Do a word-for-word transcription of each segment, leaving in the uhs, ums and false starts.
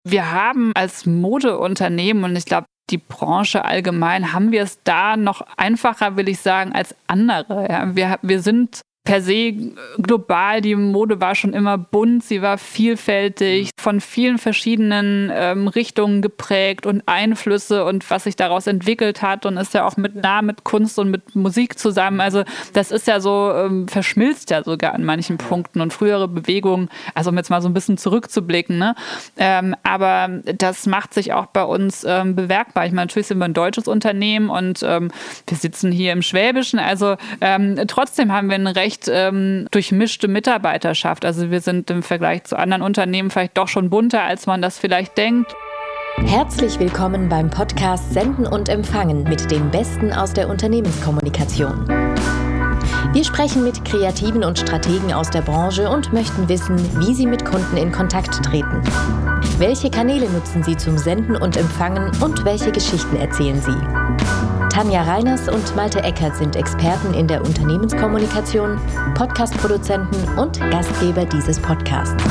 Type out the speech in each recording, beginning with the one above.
Wir haben als Modeunternehmen, und ich glaube, die Branche allgemein, haben wir es da noch einfacher, will ich sagen, als andere. Ja, wir, wir sind per se global, die Mode war schon immer bunt, sie war vielfältig, von vielen verschiedenen ähm, Richtungen geprägt und Einflüsse und was sich daraus entwickelt hat und ist ja auch mit nah mit Kunst und mit Musik zusammen. Also das ist ja so, ähm, verschmilzt ja sogar an manchen Punkten und frühere Bewegungen, also um jetzt mal so ein bisschen zurückzublicken, ne? Ähm, aber das macht sich auch bei uns ähm, bemerkbar. Ich meine, natürlich sind wir ein deutsches Unternehmen und ähm, wir sitzen hier im Schwäbischen, also ähm, trotzdem haben wir ein recht ähm, durchmischte Mitarbeiterschaft. Also wir sind im Vergleich zu anderen Unternehmen vielleicht doch schon bunter, als man das vielleicht denkt. Herzlich willkommen beim Podcast Senden und Empfangen mit dem Besten aus der Unternehmenskommunikation. Wir sprechen mit Kreativen und Strategen aus der Branche und möchten wissen, wie sie mit Kunden in Kontakt treten. Welche Kanäle nutzen sie zum Senden und Empfangen und welche Geschichten erzählen sie? Tanja Reiners und Malte Eckert sind Experten in der Unternehmenskommunikation, Podcast-Produzenten und Gastgeber dieses Podcasts.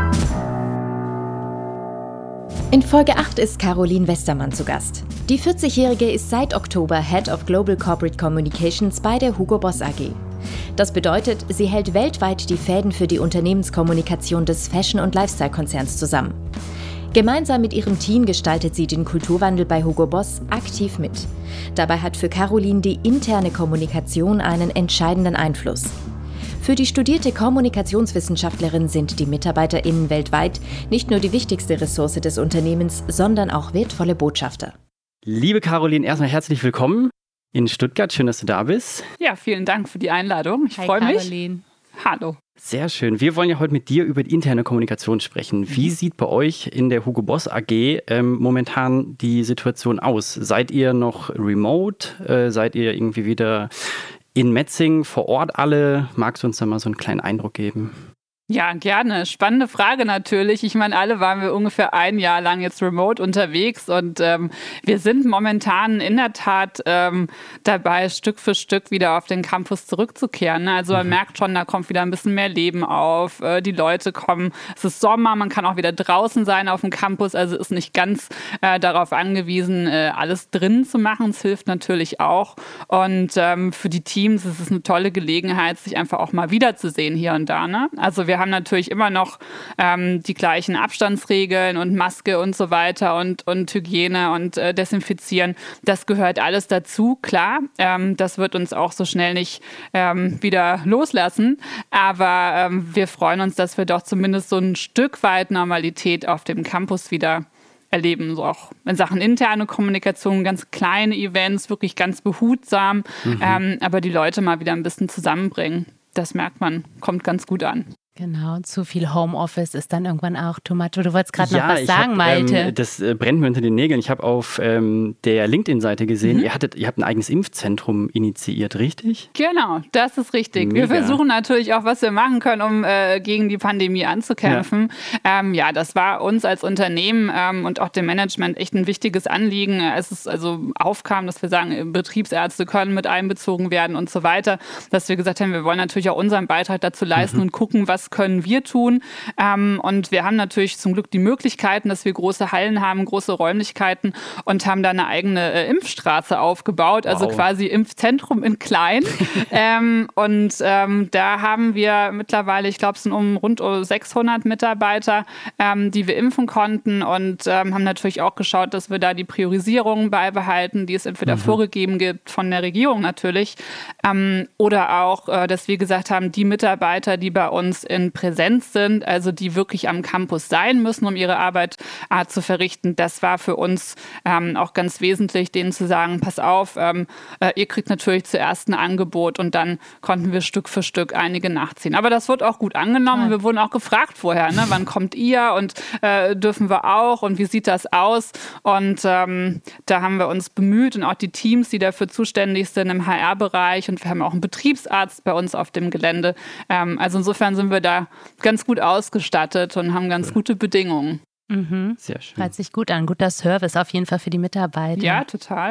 In Folge acht ist Caroline Westermann zu Gast. Die vierzigjährige ist seit Oktober Head of Global Corporate Communications bei der Hugo Boss A G. Das bedeutet, sie hält weltweit die Fäden für die Unternehmenskommunikation des Fashion- und Lifestyle-Konzerns zusammen. Gemeinsam mit ihrem Team gestaltet sie den Kulturwandel bei Hugo Boss aktiv mit. Dabei hat für Caroline die interne Kommunikation einen entscheidenden Einfluss. Für die studierte Kommunikationswissenschaftlerin sind die MitarbeiterInnen weltweit nicht nur die wichtigste Ressource des Unternehmens, sondern auch wertvolle Botschafter. Liebe Caroline, erstmal herzlich willkommen in Stuttgart. Schön, dass du da bist. Ja, vielen Dank für die Einladung. Ich freue mich. Caroline. Hallo. Sehr schön. Wir wollen ja heute mit dir über die interne Kommunikation sprechen. Wie sieht bei euch in der Hugo Boss A G ähm, momentan die Situation aus? Seid ihr noch remote? Äh, seid ihr irgendwie wieder in Metzingen vor Ort alle? Magst du uns da mal so einen kleinen Eindruck geben? Ja, gerne. Spannende Frage natürlich. Ich meine, alle waren wir ungefähr ein Jahr lang jetzt remote unterwegs und ähm, wir sind momentan in der Tat ähm, dabei, Stück für Stück wieder auf den Campus zurückzukehren. Also man mhm. merkt schon, da kommt wieder ein bisschen mehr Leben auf. Äh, die Leute kommen, es ist Sommer, man kann auch wieder draußen sein auf dem Campus, also ist nicht ganz äh, darauf angewiesen, äh, alles drin zu machen. Es hilft natürlich auch. Und ähm, für die Teams ist es eine tolle Gelegenheit, sich einfach auch mal wiederzusehen hier und da. Ne? Also wir Wir haben natürlich immer noch ähm, die gleichen Abstandsregeln und Maske und so weiter und, und Hygiene und äh, Desinfizieren. Das gehört alles dazu, klar. Ähm, das wird uns auch so schnell nicht ähm, wieder loslassen. Aber ähm, wir freuen uns, dass wir doch zumindest so ein Stück weit Normalität auf dem Campus wieder erleben, so auch in Sachen interne Kommunikation, ganz kleine Events, wirklich ganz behutsam, mhm. ähm, aber die Leute mal wieder ein bisschen zusammenbringen. Das merkt man, kommt ganz gut an. Genau, zu viel Homeoffice ist dann irgendwann auch too much. Du wolltest gerade ja, noch was sagen, hab, Malte. Ähm, das äh, brennt mir unter den Nägeln. Ich habe auf ähm, der LinkedIn-Seite gesehen, mhm. ihr, hattet, ihr habt ein eigenes Impfzentrum initiiert, richtig? Genau, das ist richtig. Mega. Wir versuchen natürlich auch, was wir machen können, um äh, gegen die Pandemie anzukämpfen. Ja. Ähm, ja, das war uns als Unternehmen ähm, und auch dem Management echt ein wichtiges Anliegen. Als es also aufkam, dass wir sagen, Betriebsärzte können mit einbezogen werden und so weiter, dass wir gesagt haben, wir wollen natürlich auch unseren Beitrag dazu leisten mhm. und gucken, was können wir tun. Ähm, und wir haben natürlich zum Glück die Möglichkeiten, dass wir große Hallen haben, große Räumlichkeiten und haben da eine eigene äh, Impfstraße aufgebaut, also wow. quasi Impfzentrum in klein. ähm, und ähm, da haben wir mittlerweile, ich glaube, es sind um rund um sechshundert Mitarbeiter, ähm, die wir impfen konnten und ähm, haben natürlich auch geschaut, dass wir da die Priorisierung beibehalten, die es entweder mhm. vorgegeben gibt von der Regierung natürlich ähm, oder auch, äh, dass wir gesagt haben, die Mitarbeiter, die bei uns in Präsenz sind, also die wirklich am Campus sein müssen, um ihre Arbeit äh, zu verrichten. Das war für uns ähm, auch ganz wesentlich, denen zu sagen, pass auf, ähm, äh, ihr kriegt natürlich zuerst ein Angebot und dann konnten wir Stück für Stück einige nachziehen. Aber das wird auch gut angenommen. Ja. Wir wurden auch gefragt vorher, ne? Wann kommt ihr und äh, dürfen wir auch und wie sieht das aus? Und ähm, da haben wir uns bemüht und auch die Teams, die dafür zuständig sind im H R-Bereich und wir haben auch einen Betriebsarzt bei uns auf dem Gelände. Ähm, also insofern sind wir da ganz gut ausgestattet und haben ganz gute Bedingungen. Mhm. Sehr schön. Hört sich gut an. Guter Service auf jeden Fall für die Mitarbeiter. Ja, total.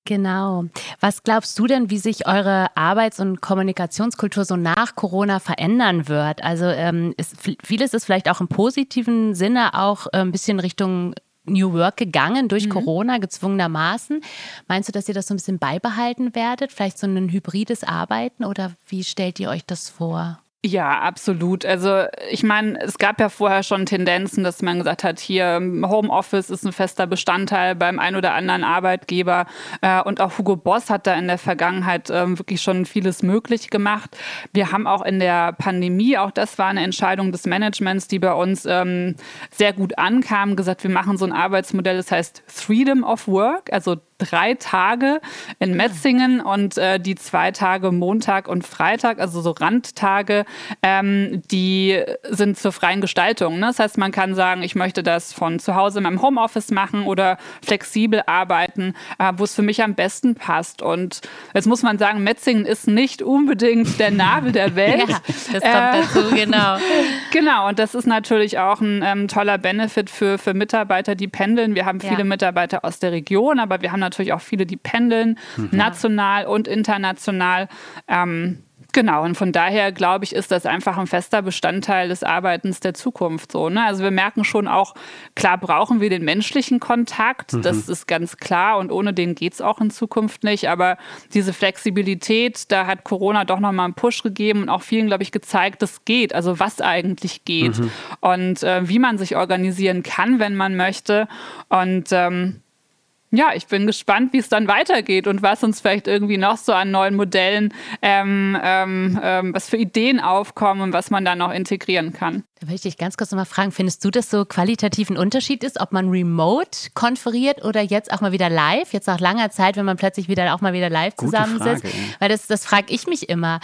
Genau. Was glaubst du denn, wie sich eure Arbeits- und Kommunikationskultur so nach Corona verändern wird? Also ähm, ist, vieles ist vielleicht auch im positiven Sinne auch äh, ein bisschen Richtung New Work gegangen durch mhm. Corona gezwungenermaßen. Meinst du, dass ihr das so ein bisschen beibehalten werdet? Vielleicht so ein hybrides Arbeiten oder wie stellt ihr euch das vor? Ja, absolut. Also ich meine, es gab ja vorher schon Tendenzen, dass man gesagt hat, hier Homeoffice ist ein fester Bestandteil beim ein oder anderen Arbeitgeber. Und auch Hugo Boss hat da in der Vergangenheit wirklich schon vieles möglich gemacht. Wir haben auch in der Pandemie, auch das war eine Entscheidung des Managements, die bei uns sehr gut ankam, gesagt, wir machen so ein Arbeitsmodell, das heißt Freedom of Work, also drei Tage in Metzingen und äh, die zwei Tage Montag und Freitag, also so Randtage, ähm, die sind zur freien Gestaltung. Ne? Das heißt, man kann sagen, ich möchte das von zu Hause in meinem Homeoffice machen oder flexibel arbeiten, äh, wo es für mich am besten passt. Und jetzt muss man sagen, Metzingen ist nicht unbedingt der Nabel der Welt. Ja, das kommt äh, dazu, genau. Genau, und das ist natürlich auch ein ähm, toller Benefit für, für Mitarbeiter, die pendeln. Wir haben viele ja. Mitarbeiter aus der Region, aber wir haben natürlich auch viele, die pendeln, mhm. national und international. Ähm, genau, und von daher, glaube ich, ist das einfach ein fester Bestandteil des Arbeitens der Zukunft. So, ne? Also wir merken schon auch, klar brauchen wir den menschlichen Kontakt, mhm. das ist ganz klar und ohne den geht es auch in Zukunft nicht. Aber diese Flexibilität, da hat Corona doch nochmal einen Push gegeben und auch vielen, glaube ich, gezeigt, das geht, also was eigentlich geht mhm. und äh, wie man sich organisieren kann, wenn man möchte. Und ähm, ja, ich bin gespannt, wie es dann weitergeht und was uns vielleicht irgendwie noch so an neuen Modellen, ähm, ähm, ähm, was für Ideen aufkommen und was man da noch integrieren kann. Da will ich dich ganz kurz nochmal fragen, findest du, dass so qualitativ ein Unterschied ist, ob man remote konferiert oder jetzt auch mal wieder live? Jetzt nach langer Zeit, wenn man plötzlich wieder auch mal wieder live Gute zusammensitzt. Frage, ja. Weil das, das frage ich mich immer.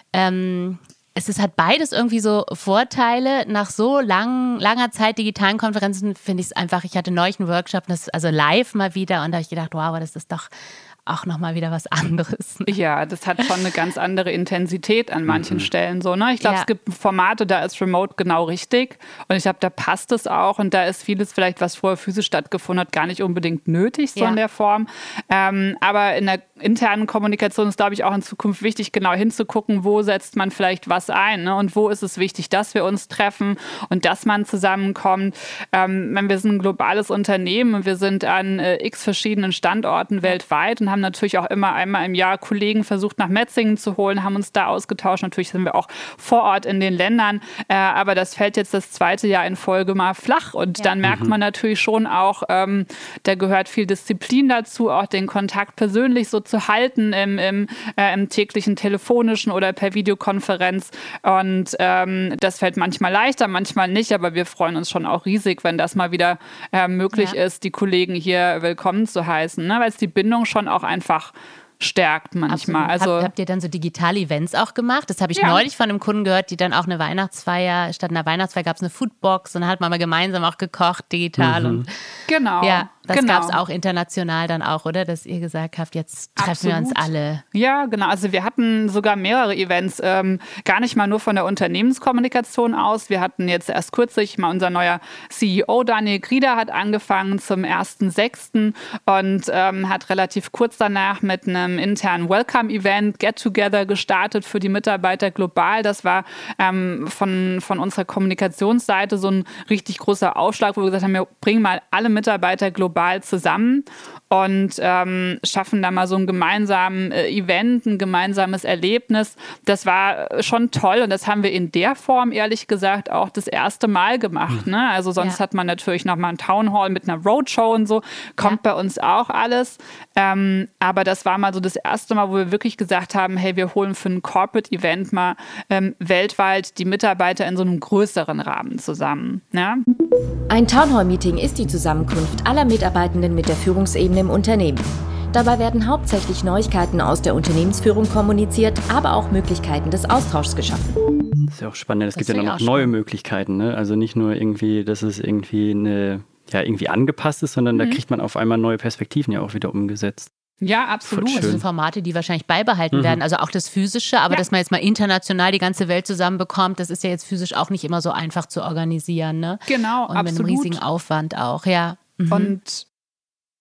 Ähm, Es ist, hat beides irgendwie so Vorteile. Nach so lang, langer Zeit digitalen Konferenzen finde ich es einfach, ich hatte neulich einen Workshop, das, also live mal wieder und da habe ich gedacht, wow, das ist doch auch nochmal wieder was anderes. Ja, das hat schon eine ganz andere Intensität an manchen mhm. Stellen. So, ne? Ich glaube, ja. es gibt Formate, da ist Remote genau richtig und ich glaube, da passt es auch und da ist vieles vielleicht, was vorher physisch stattgefunden hat, gar nicht unbedingt nötig, so ja. in der Form. Ähm, aber in der internen Kommunikation ist, glaube ich, auch in Zukunft wichtig, genau hinzugucken, wo setzt man vielleicht was ein, ne? Und wo ist es wichtig, dass wir uns treffen und dass man zusammenkommt. Ähm, wir sind ein globales Unternehmen und wir sind an äh, x verschiedenen Standorten weltweit und haben natürlich auch immer einmal im Jahr Kollegen versucht, nach Metzingen zu holen, haben uns da ausgetauscht. Natürlich sind wir auch vor Ort in den Ländern, äh, aber das fällt jetzt das zweite Jahr in Folge mal flach. Und ja. dann merkt man natürlich schon auch, ähm, da gehört viel Disziplin dazu, auch den Kontakt persönlich so zu halten im, im, äh, im täglichen telefonischen oder per Videokonferenz. Und ähm, das fällt manchmal leichter, manchmal nicht, aber wir freuen uns schon auch riesig, wenn das mal wieder äh, möglich ja. ist, die Kollegen hier willkommen zu heißen, ne? Weil es die Bindung schon auch einfach stärkt manchmal. Also Hab, habt ihr dann so digitale Events auch gemacht? Das habe ich ja. neulich von einem Kunden gehört, die dann auch eine Weihnachtsfeier, statt einer Weihnachtsfeier gab es eine Foodbox und dann hat man mal gemeinsam auch gekocht, digital. Mhm. Und genau. Ja, das genau. gab es auch international dann auch, oder? Dass ihr gesagt habt, jetzt treffen Absolut. wir uns alle. Ja, genau. Also wir hatten sogar mehrere Events, ähm, gar nicht mal nur von der Unternehmenskommunikation aus. Wir hatten jetzt erst kürzlich mal unser neuer C E O Daniel Grieder hat angefangen zum ersten sechsten und ähm, hat relativ kurz danach mit einem internen Welcome-Event, Get-Together gestartet für die Mitarbeiter global. Das war ähm, von, von unserer Kommunikationsseite so ein richtig großer Aufschlag, wo wir gesagt haben, wir bringen mal alle Mitarbeiter global zusammen und ähm, schaffen da mal so ein gemeinsames äh, Event, ein gemeinsames Erlebnis. Das war schon toll und das haben wir in der Form, ehrlich gesagt, auch das erste Mal gemacht. Ne? Also sonst ja. hat man natürlich noch mal einen Townhall mit einer Roadshow und so. Kommt ja. bei uns auch alles. Ähm, aber das war mal so das erste Mal, wo wir wirklich gesagt haben, hey, wir holen für ein Corporate-Event mal ähm, weltweit die Mitarbeiter in so einem größeren Rahmen zusammen. Ja? Ein Townhall-Meeting ist die Zusammenkunft aller Mitarbeitenden mit der Führungsebene im Unternehmen. Dabei werden hauptsächlich Neuigkeiten aus der Unternehmensführung kommuniziert, aber auch Möglichkeiten des Austauschs geschaffen. Das ist ja auch spannend. Es gibt ja dann noch neue Möglichkeiten. Ne? Also nicht nur irgendwie, dass es irgendwie, eine, ja, irgendwie angepasst ist, sondern mhm. da kriegt man auf einmal neue Perspektiven ja auch wieder umgesetzt. Ja, absolut. Das sind Formate, die wahrscheinlich beibehalten mhm. werden. Also auch das Physische, aber ja. dass man jetzt mal international die ganze Welt zusammenbekommt, das ist ja jetzt physisch auch nicht immer so einfach zu organisieren. Ne? Genau, Und absolut. mit einem riesigen Aufwand auch, ja. Mhm. Und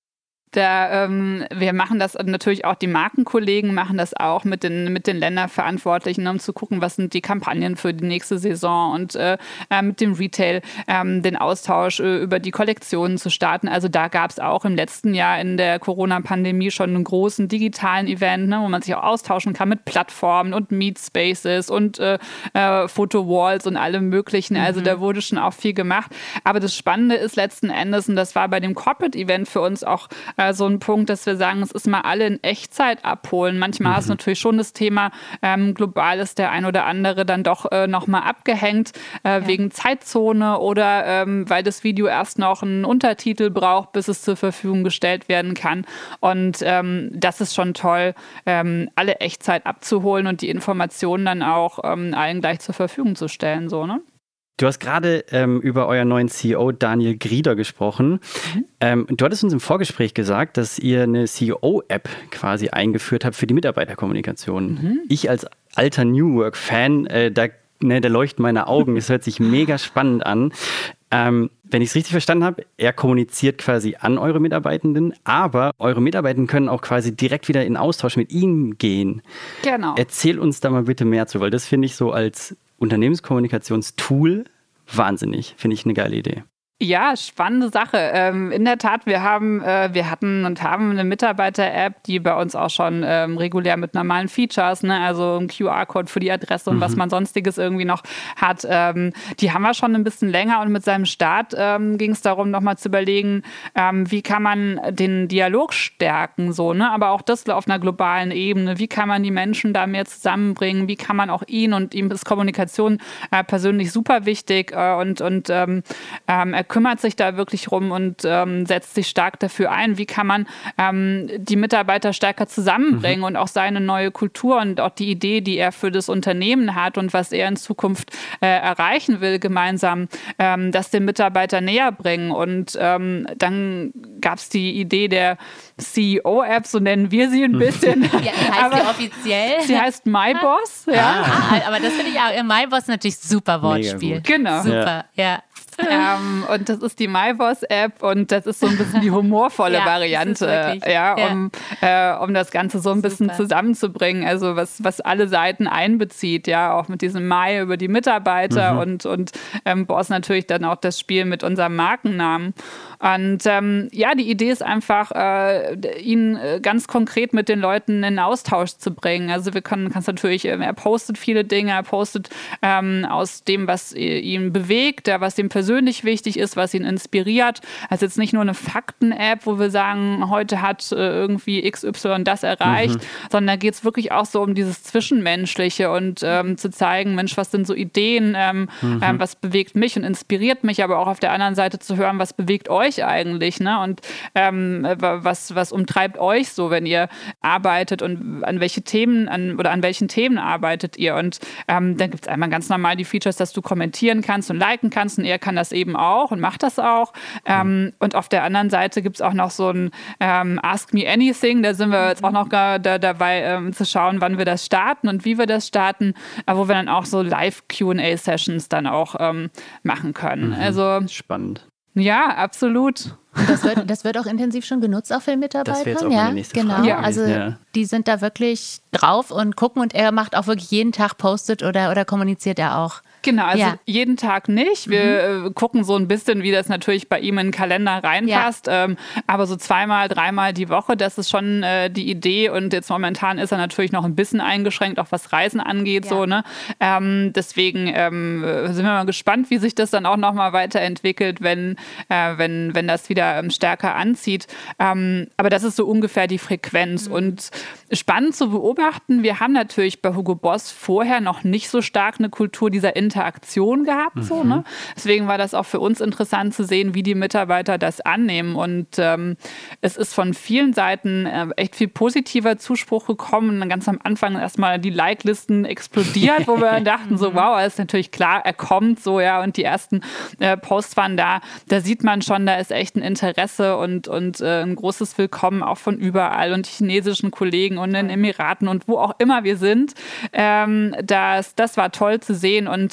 Da, ähm, wir machen das natürlich auch, die Markenkollegen machen das auch mit den, mit den Länderverantwortlichen, um zu gucken, was sind die Kampagnen für die nächste Saison und äh, mit dem Retail ähm, den Austausch äh, über die Kollektionen zu starten. Also da gab es auch im letzten Jahr in der Corona-Pandemie schon einen großen digitalen Event, ne, wo man sich auch austauschen kann mit Plattformen und Meetspaces und äh, äh, Photo-Walls und allem Möglichen. Mhm. Also da wurde schon auch viel gemacht. Aber das Spannende ist letzten Endes, und das war bei dem Corporate-Event für uns auch so ein Punkt, dass wir sagen, es ist mal alle in Echtzeit abholen. Manchmal mhm. hast du natürlich schon das Thema, ähm, global ist der ein oder andere dann doch äh, nochmal abgehängt äh, ja. wegen Zeitzone oder ähm, weil das Video erst noch einen Untertitel braucht, bis es zur Verfügung gestellt werden kann. Und ähm, das ist schon toll, ähm, alle Echtzeit abzuholen und die Informationen dann auch ähm, allen gleich zur Verfügung zu stellen. So, ne? Du hast gerade ähm, über euren neuen C E O Daniel Grieder gesprochen. Mhm. Ähm, du hattest uns im Vorgespräch gesagt, dass ihr eine C E O-App quasi eingeführt habt für die Mitarbeiterkommunikation. Mhm. Ich als alter New Work-Fan, äh, da, ne, da leuchten meine Augen. Es hört sich mega spannend an. Ähm, wenn ich es richtig verstanden habe, er kommuniziert quasi an eure Mitarbeitenden, aber eure Mitarbeitenden können auch quasi direkt wieder in Austausch mit ihm gehen. Genau. Erzähl uns da mal bitte mehr zu, weil das finde ich so als Unternehmenskommunikationstool wahnsinnig. Finde ich eine geile Idee. Ja, spannende Sache. Ähm, in der Tat, wir haben, äh, wir hatten und haben eine Mitarbeiter-App, die bei uns auch schon ähm, regulär mit normalen Features, ne, also ein Q R-Code für die Adresse und mhm. was man sonstiges irgendwie noch hat, ähm, die haben wir schon ein bisschen länger und mit seinem Start ähm, ging es darum, nochmal zu überlegen, ähm, wie kann man den Dialog stärken, so, ne, aber auch das auf einer globalen Ebene, wie kann man die Menschen da mehr zusammenbringen, wie kann man auch ihn, und ihm ist Kommunikation äh, persönlich super wichtig äh, und, und ähm, ähm, er kümmert sich da wirklich rum und ähm, setzt sich stark dafür ein. Wie kann man ähm, die Mitarbeiter stärker zusammenbringen mhm. und auch seine neue Kultur und auch die Idee, die er für das Unternehmen hat und was er in Zukunft äh, erreichen will, gemeinsam, ähm, das den Mitarbeiter näher bringen. Und ähm, dann gab es die Idee der C E O-App, so nennen wir sie ein bisschen. Ja, wie heißt aber sie offiziell? Sie heißt MyBoss. Ja. Ah, aber das finde ich auch, MyBoss natürlich super Wortspiel. Genau. Super, ja. ja. ähm, und das ist die MyBoss-App und das ist so ein bisschen die humorvolle ja, Variante, ja, um, ja. Äh, um das Ganze so ein bisschen Super. zusammenzubringen, also was, was alle Seiten einbezieht, ja, auch mit diesem My über die Mitarbeiter mhm. und, und ähm, Boss natürlich dann auch das Spiel mit unserem Markennamen. Und ähm, ja, die Idee ist einfach, äh, ihn äh, ganz konkret mit den Leuten in Austausch zu bringen. Also wir können, kannst natürlich, äh, er postet viele Dinge, er postet ähm, aus dem, was äh, ihn bewegt, ja, was ihm persönlich wichtig ist, was ihn inspiriert. Also jetzt nicht nur eine Fakten-App, wo wir sagen, heute hat äh, irgendwie X Y das erreicht, mhm. sondern da geht es wirklich auch so um dieses Zwischenmenschliche und ähm, zu zeigen, Mensch, was sind so Ideen, ähm, mhm. ähm, was bewegt mich und inspiriert mich, aber auch auf der anderen Seite zu hören, was bewegt euch eigentlich, ne? Und ähm, was, was umtreibt euch so, wenn ihr arbeitet und an welche Themen an, oder an welchen Themen arbeitet ihr? Und ähm, dann gibt es einmal ganz normal die Features, dass du kommentieren kannst und liken kannst, und er kann das eben auch und macht das auch. Ähm, und auf der anderen Seite gibt es auch noch so ein ähm, Ask Me Anything, da sind wir jetzt auch noch da, dabei ähm, zu schauen, wann wir das starten und wie wir das starten, wo wir dann auch so Live-Q and A-Sessions dann auch ähm, machen können. Mhm. Also spannend. Ja, absolut. Und das wird, das wird auch intensiv schon genutzt, auch für Mitarbeiter? Das wäre jetzt auch ja, meine nächste genau. Frage. Ja. Also ja. die sind da wirklich drauf und gucken, und er macht auch wirklich jeden Tag, postet oder, oder kommuniziert er auch? Genau, also ja. jeden Tag nicht. Wir mhm. gucken so ein bisschen, wie das natürlich bei ihm in den Kalender reinpasst. Ja. Ähm, aber so zweimal, dreimal die Woche, das ist schon äh, die Idee. Und jetzt momentan ist er natürlich noch ein bisschen eingeschränkt, auch was Reisen angeht. Ja. So, ne? ähm, deswegen ähm, sind wir mal gespannt, wie sich das dann auch nochmal weiterentwickelt, wenn, äh, wenn, wenn das wieder ähm, stärker anzieht. Ähm, aber das ist so ungefähr die Frequenz. Mhm. Und spannend zu beobachten, wir haben natürlich bei Hugo Boss vorher noch nicht so stark eine Kultur dieser Interaktion gehabt. Mhm. So, ne? Deswegen war das auch für uns interessant zu sehen, wie die Mitarbeiter das annehmen. Und ähm, es ist von vielen Seiten äh, echt viel positiver Zuspruch gekommen. Und dann ganz am Anfang erstmal die Like-Listen explodiert, wo wir dachten, so wow, ist natürlich klar, er kommt so, ja, und die ersten äh, Posts waren da. Da sieht man schon, da ist echt ein Interesse und, und äh, ein großes Willkommen auch von überall und chinesischen Kollegen und in den Emiraten und wo auch immer wir sind. Ähm, das, das war toll zu sehen. Und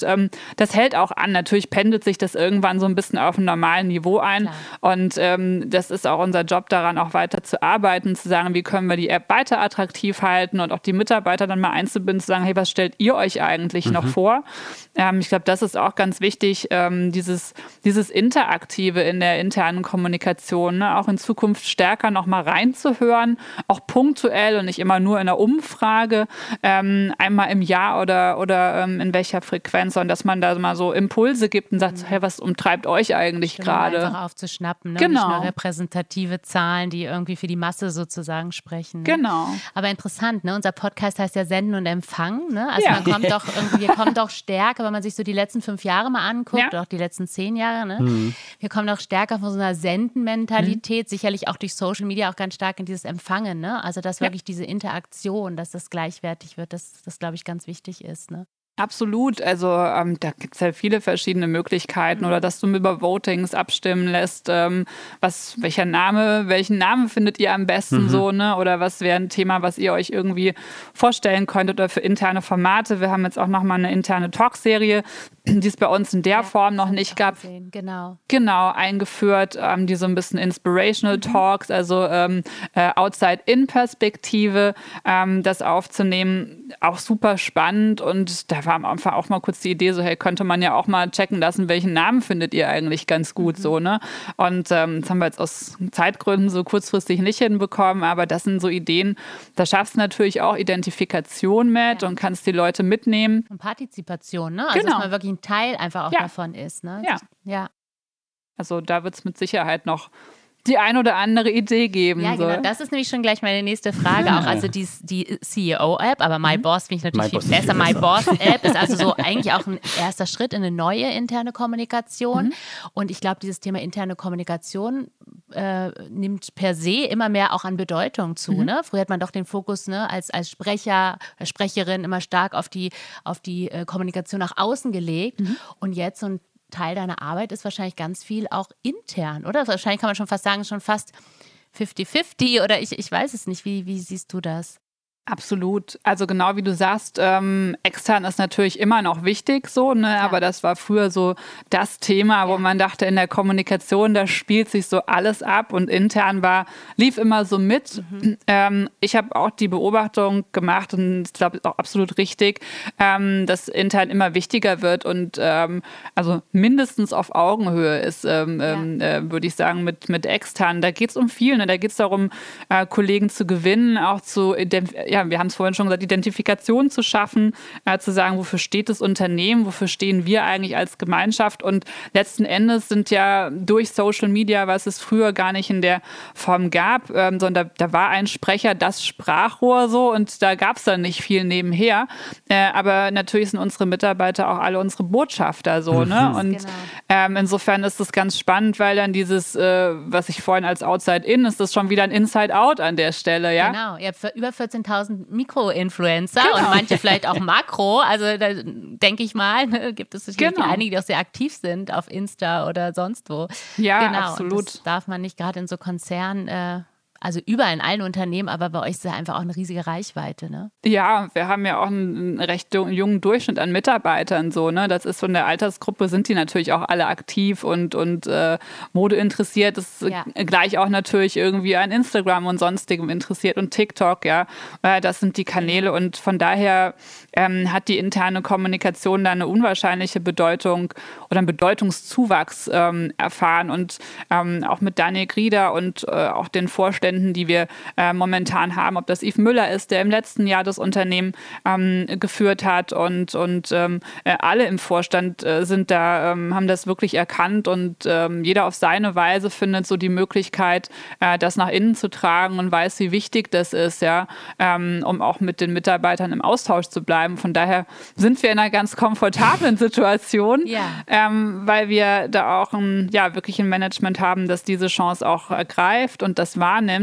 ähm, das hält auch an. Natürlich pendelt sich das irgendwann so ein bisschen auf ein normalen Niveau ein. Klar. Und ähm, das ist auch unser Job daran, auch weiter zu arbeiten, zu sagen, wie können wir die App weiter attraktiv halten und auch die Mitarbeiter dann mal einzubinden, zu sagen, hey, was stellt ihr euch eigentlich mhm. noch vor? Ähm, ich glaube, das ist auch ganz wichtig, ähm, dieses, dieses Interaktive in der internen Kommunikation, ne? Auch in Zukunft stärker noch mal reinzuhören, auch punktuell und nicht immer nur in der Umfrage, ähm, einmal im Jahr oder, oder ähm, in welcher Frequenz, sondern dass man da mal so Impulse gibt und sagt, mhm. hey, was umtreibt euch eigentlich gerade? Einfach aufzuschnappen, ne? Genau. Nicht nur repräsentative Zahlen, die irgendwie für die Masse sozusagen sprechen. Ne? Genau. Aber interessant, ne? Unser Podcast heißt ja Senden und Empfangen. Ne? Also ja. man kommt doch irgendwie, wir kommen doch stärker, wenn man sich so die letzten fünf Jahre mal anguckt, ja. oder auch die letzten zehn Jahre. Ne? Mhm. Wir kommen doch stärker von so einer Sendenmentalität, mhm. sicherlich auch durch Social Media auch ganz stark in dieses Empfangen. Ne? Also dass wirklich ja. diese Interaktion, dass das gleichwertig wird, dass das, glaube ich, ganz wichtig ist. Ne? Absolut, also ähm, da gibt es ja viele verschiedene Möglichkeiten mhm. oder dass du über Votings abstimmen lässt, ähm, was, welcher Name, welchen Namen findet ihr am besten mhm. so, ne? Oder was wäre ein Thema, was ihr euch irgendwie vorstellen könntet oder für interne Formate. Wir haben jetzt auch nochmal eine interne Talkserie, die es bei uns in der ja, Form noch nicht gab. Gesehen. Genau. Genau, eingeführt, ähm, die so ein bisschen Inspirational mhm. Talks, also ähm, äh, Outside-In-Perspektive, ähm, das aufzunehmen, auch super spannend und da war am Anfang auch mal kurz die Idee, so hey, könnte man ja auch mal checken lassen, welchen Namen findet ihr eigentlich ganz gut, mhm. so, ne? Und ähm, das haben wir jetzt aus Zeitgründen so kurzfristig nicht hinbekommen, aber das sind so Ideen, da schaffst du natürlich auch Identifikation mit ja. und kannst die Leute mitnehmen. Und Partizipation, ne? Also, genau. dass man wirklich ein Teil einfach auch ja. davon ist, ne? Ja. ja. Also da wird es mit Sicherheit noch die ein oder andere Idee geben. Ja, genau. So. Das ist nämlich schon gleich meine nächste Frage auch. Also die, die C E O-App, aber My Boss finde ich natürlich My viel besser. My Boss-App ist also so eigentlich auch ein erster Schritt in eine neue interne Kommunikation. Mhm. Und ich glaube, dieses Thema interne Kommunikation äh, nimmt per se immer mehr auch an Bedeutung zu. Mhm. Ne? Früher hat man doch den Fokus, ne, als, als Sprecher, als Sprecherin immer stark auf die, auf die äh, Kommunikation nach außen gelegt. Mhm. Und jetzt so ein Teil deiner Arbeit ist wahrscheinlich ganz viel auch intern, oder? Wahrscheinlich kann man schon fast sagen, schon fast fünfzig fünfzig oder ich, ich weiß es nicht. Wie, wie siehst du das? Absolut. Also genau wie du sagst, ähm, extern ist natürlich immer noch wichtig, so, ne? Ja. Aber das war früher so das Thema, wo ja. man dachte, in der Kommunikation, da spielt sich so alles ab und intern war, lief immer so mit. Mhm. Ähm, ich habe auch die Beobachtung gemacht und ich glaube, auch absolut richtig, ähm, dass intern immer wichtiger wird und ähm, also mindestens auf Augenhöhe ist, ähm, ja. äh, würde ich sagen, mit, mit extern. Da geht es um viel, ne? Da geht es darum, äh, Kollegen zu gewinnen, auch zu identifizieren. Ja, wir haben es vorhin schon gesagt, Identifikation zu schaffen, äh, zu sagen, wofür steht das Unternehmen, wofür stehen wir eigentlich als Gemeinschaft und letzten Endes sind ja durch Social Media, was es früher gar nicht in der Form gab, ähm, sondern da, da war ein Sprecher das Sprachrohr so und da gab es dann nicht viel nebenher, äh, aber natürlich sind unsere Mitarbeiter auch alle unsere Botschafter so, mhm. ne? Und genau. ähm, insofern ist das ganz spannend, weil dann dieses, äh, was ich vorhin als Outside-In, ist das schon wieder ein Inside-Out an der Stelle, ja? Genau, ihr habt für über vierzehntausend Mikro-Influencer genau. und manche vielleicht auch Makro. Also da denke ich mal, ne, gibt es sicherlich genau. einige, die auch sehr aktiv sind auf Insta oder sonst wo. Ja, genau. absolut. Und das darf man nicht gerade in so Konzernen, äh, also überall in allen Unternehmen, aber bei euch ist es einfach auch eine riesige Reichweite, ne? Ja, wir haben ja auch einen recht jungen Durchschnitt an Mitarbeitern, so, ne? Das ist von der Altersgruppe, sind die natürlich auch alle aktiv und, und äh, Mode interessiert. Das ist ja. gleich auch natürlich irgendwie an Instagram und sonstigem interessiert und TikTok, ja. Äh, das sind die Kanäle und von daher ähm, hat die interne Kommunikation da eine unwahrscheinliche Bedeutung oder einen Bedeutungszuwachs ähm, erfahren und ähm, auch mit Daniel Grieder und äh, auch den Vorständen, die wir äh, momentan haben, ob das Yves Müller ist, der im letzten Jahr das Unternehmen ähm, geführt hat und, und ähm, äh, alle im Vorstand äh, sind da, ähm, haben das wirklich erkannt und ähm, jeder auf seine Weise findet so die Möglichkeit, äh, das nach innen zu tragen und weiß, wie wichtig das ist, ja, ähm, um auch mit den Mitarbeitern im Austausch zu bleiben. Von daher sind wir in einer ganz komfortablen Situation, ja. ähm, weil wir da auch ein, ja, wirklich ein Management haben, das diese Chance auch ergreift und das wahrnimmt.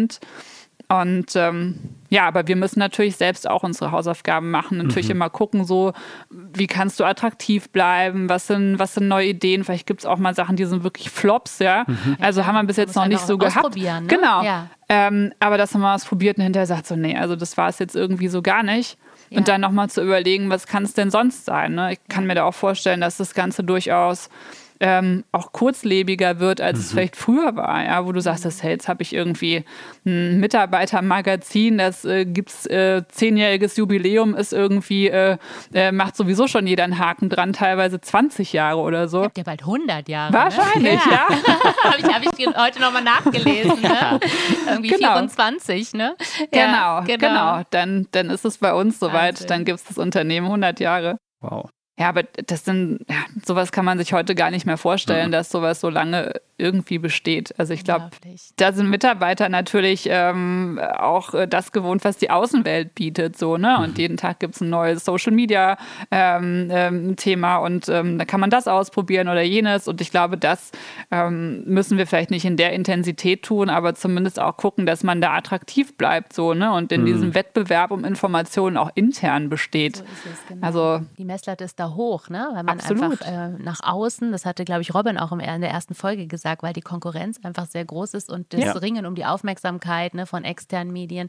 Und ähm, ja, aber wir müssen natürlich selbst auch unsere Hausaufgaben machen. Natürlich mhm. immer gucken, so, wie kannst du attraktiv bleiben? Was sind, was sind neue Ideen? Vielleicht gibt es auch mal Sachen, die sind wirklich Flops, ja. Mhm. Also ja, haben wir bis jetzt noch nicht so gehabt. Ne? Genau. Ja. Ähm, aber dass man was probiert und hinterher sagt so, nee, also das war es jetzt irgendwie so gar nicht. Ja. Und dann nochmal zu überlegen, was kann es denn sonst sein? Ne? Ich kann mir da auch vorstellen, dass das Ganze durchaus Ähm, auch kurzlebiger wird, als mhm. es vielleicht früher war, ja, wo du sagst, das, hey, jetzt habe ich irgendwie ein Mitarbeitermagazin, das äh, gibt's äh, zehnjähriges Jubiläum, ist irgendwie, äh, äh, macht sowieso schon jeder einen Haken dran, teilweise zwanzig Jahre oder so. Habt ihr bald hundert Jahre. Wahrscheinlich, ne? ja. ja. habe ich, hab ich heute nochmal nachgelesen, ne? Irgendwie genau. vierundzwanzig, ne? Ja, genau, genau, genau. Dann, dann ist es bei uns soweit, Wahnsinn. Dann gibt es das Unternehmen hundert Jahre. Wow. Ja, aber das sind, ja, sowas kann man sich heute gar nicht mehr vorstellen, mhm. dass sowas so lange irgendwie besteht. Also ich glaube, da sind Mitarbeiter natürlich ähm, auch äh, das gewohnt, was die Außenwelt bietet. So, ne? Und mhm. jeden Tag gibt es ein neues Social-Media-Thema ähm, ähm, und ähm, da kann man das ausprobieren oder jenes. Und ich glaube, das ähm, müssen wir vielleicht nicht in der Intensität tun, aber zumindest auch gucken, dass man da attraktiv bleibt so, ne? Und in mhm. diesem Wettbewerb um Informationen auch intern besteht. So ist es, genau. Also, die Messlatte ist da hoch, ne? Weil man absolut. einfach äh, nach außen, das hatte, glaube ich, Robin auch in der ersten Folge gesagt, weil die Konkurrenz einfach sehr groß ist und das ja. Ringen um die Aufmerksamkeit, ne, von externen Medien,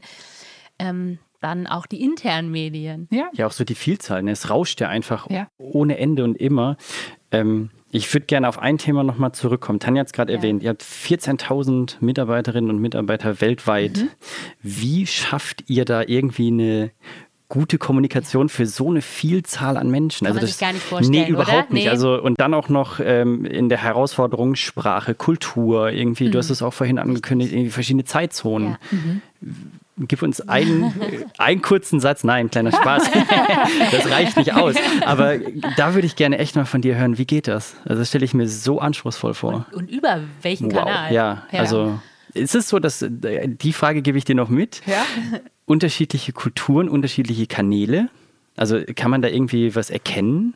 ähm, dann auch die internen Medien. Ja, ja, auch so die Vielzahl, ne? Es rauscht ja einfach ja. ohne Ende und immer. Ähm, ich würde gerne auf ein Thema nochmal zurückkommen. Tanja hat es gerade ja. erwähnt, ihr habt vierzehntausend Mitarbeiterinnen und Mitarbeiter weltweit. Mhm. Wie schafft ihr da irgendwie eine gute Kommunikation für so eine Vielzahl an Menschen? Kann also man das, sich gar nicht vorstellen, nee, überhaupt oder? nicht. Nee. Also, und dann auch noch ähm, in der Herausforderung Sprache, Kultur, irgendwie, mhm. du hast es auch vorhin angekündigt, irgendwie verschiedene Zeitzonen. Ja. Mhm. Gib uns einen, einen kurzen Satz. Nein, kleiner Spaß. Das reicht nicht aus. Aber da würde ich gerne echt mal von dir hören, wie geht das? Also das stelle ich mir so anspruchsvoll vor. Und, und über welchen wow. Kanal? Ja, ja, also ist es so, dass, die Frage gebe ich dir noch mit, ja. unterschiedliche Kulturen, unterschiedliche Kanäle? Also kann man da irgendwie was erkennen?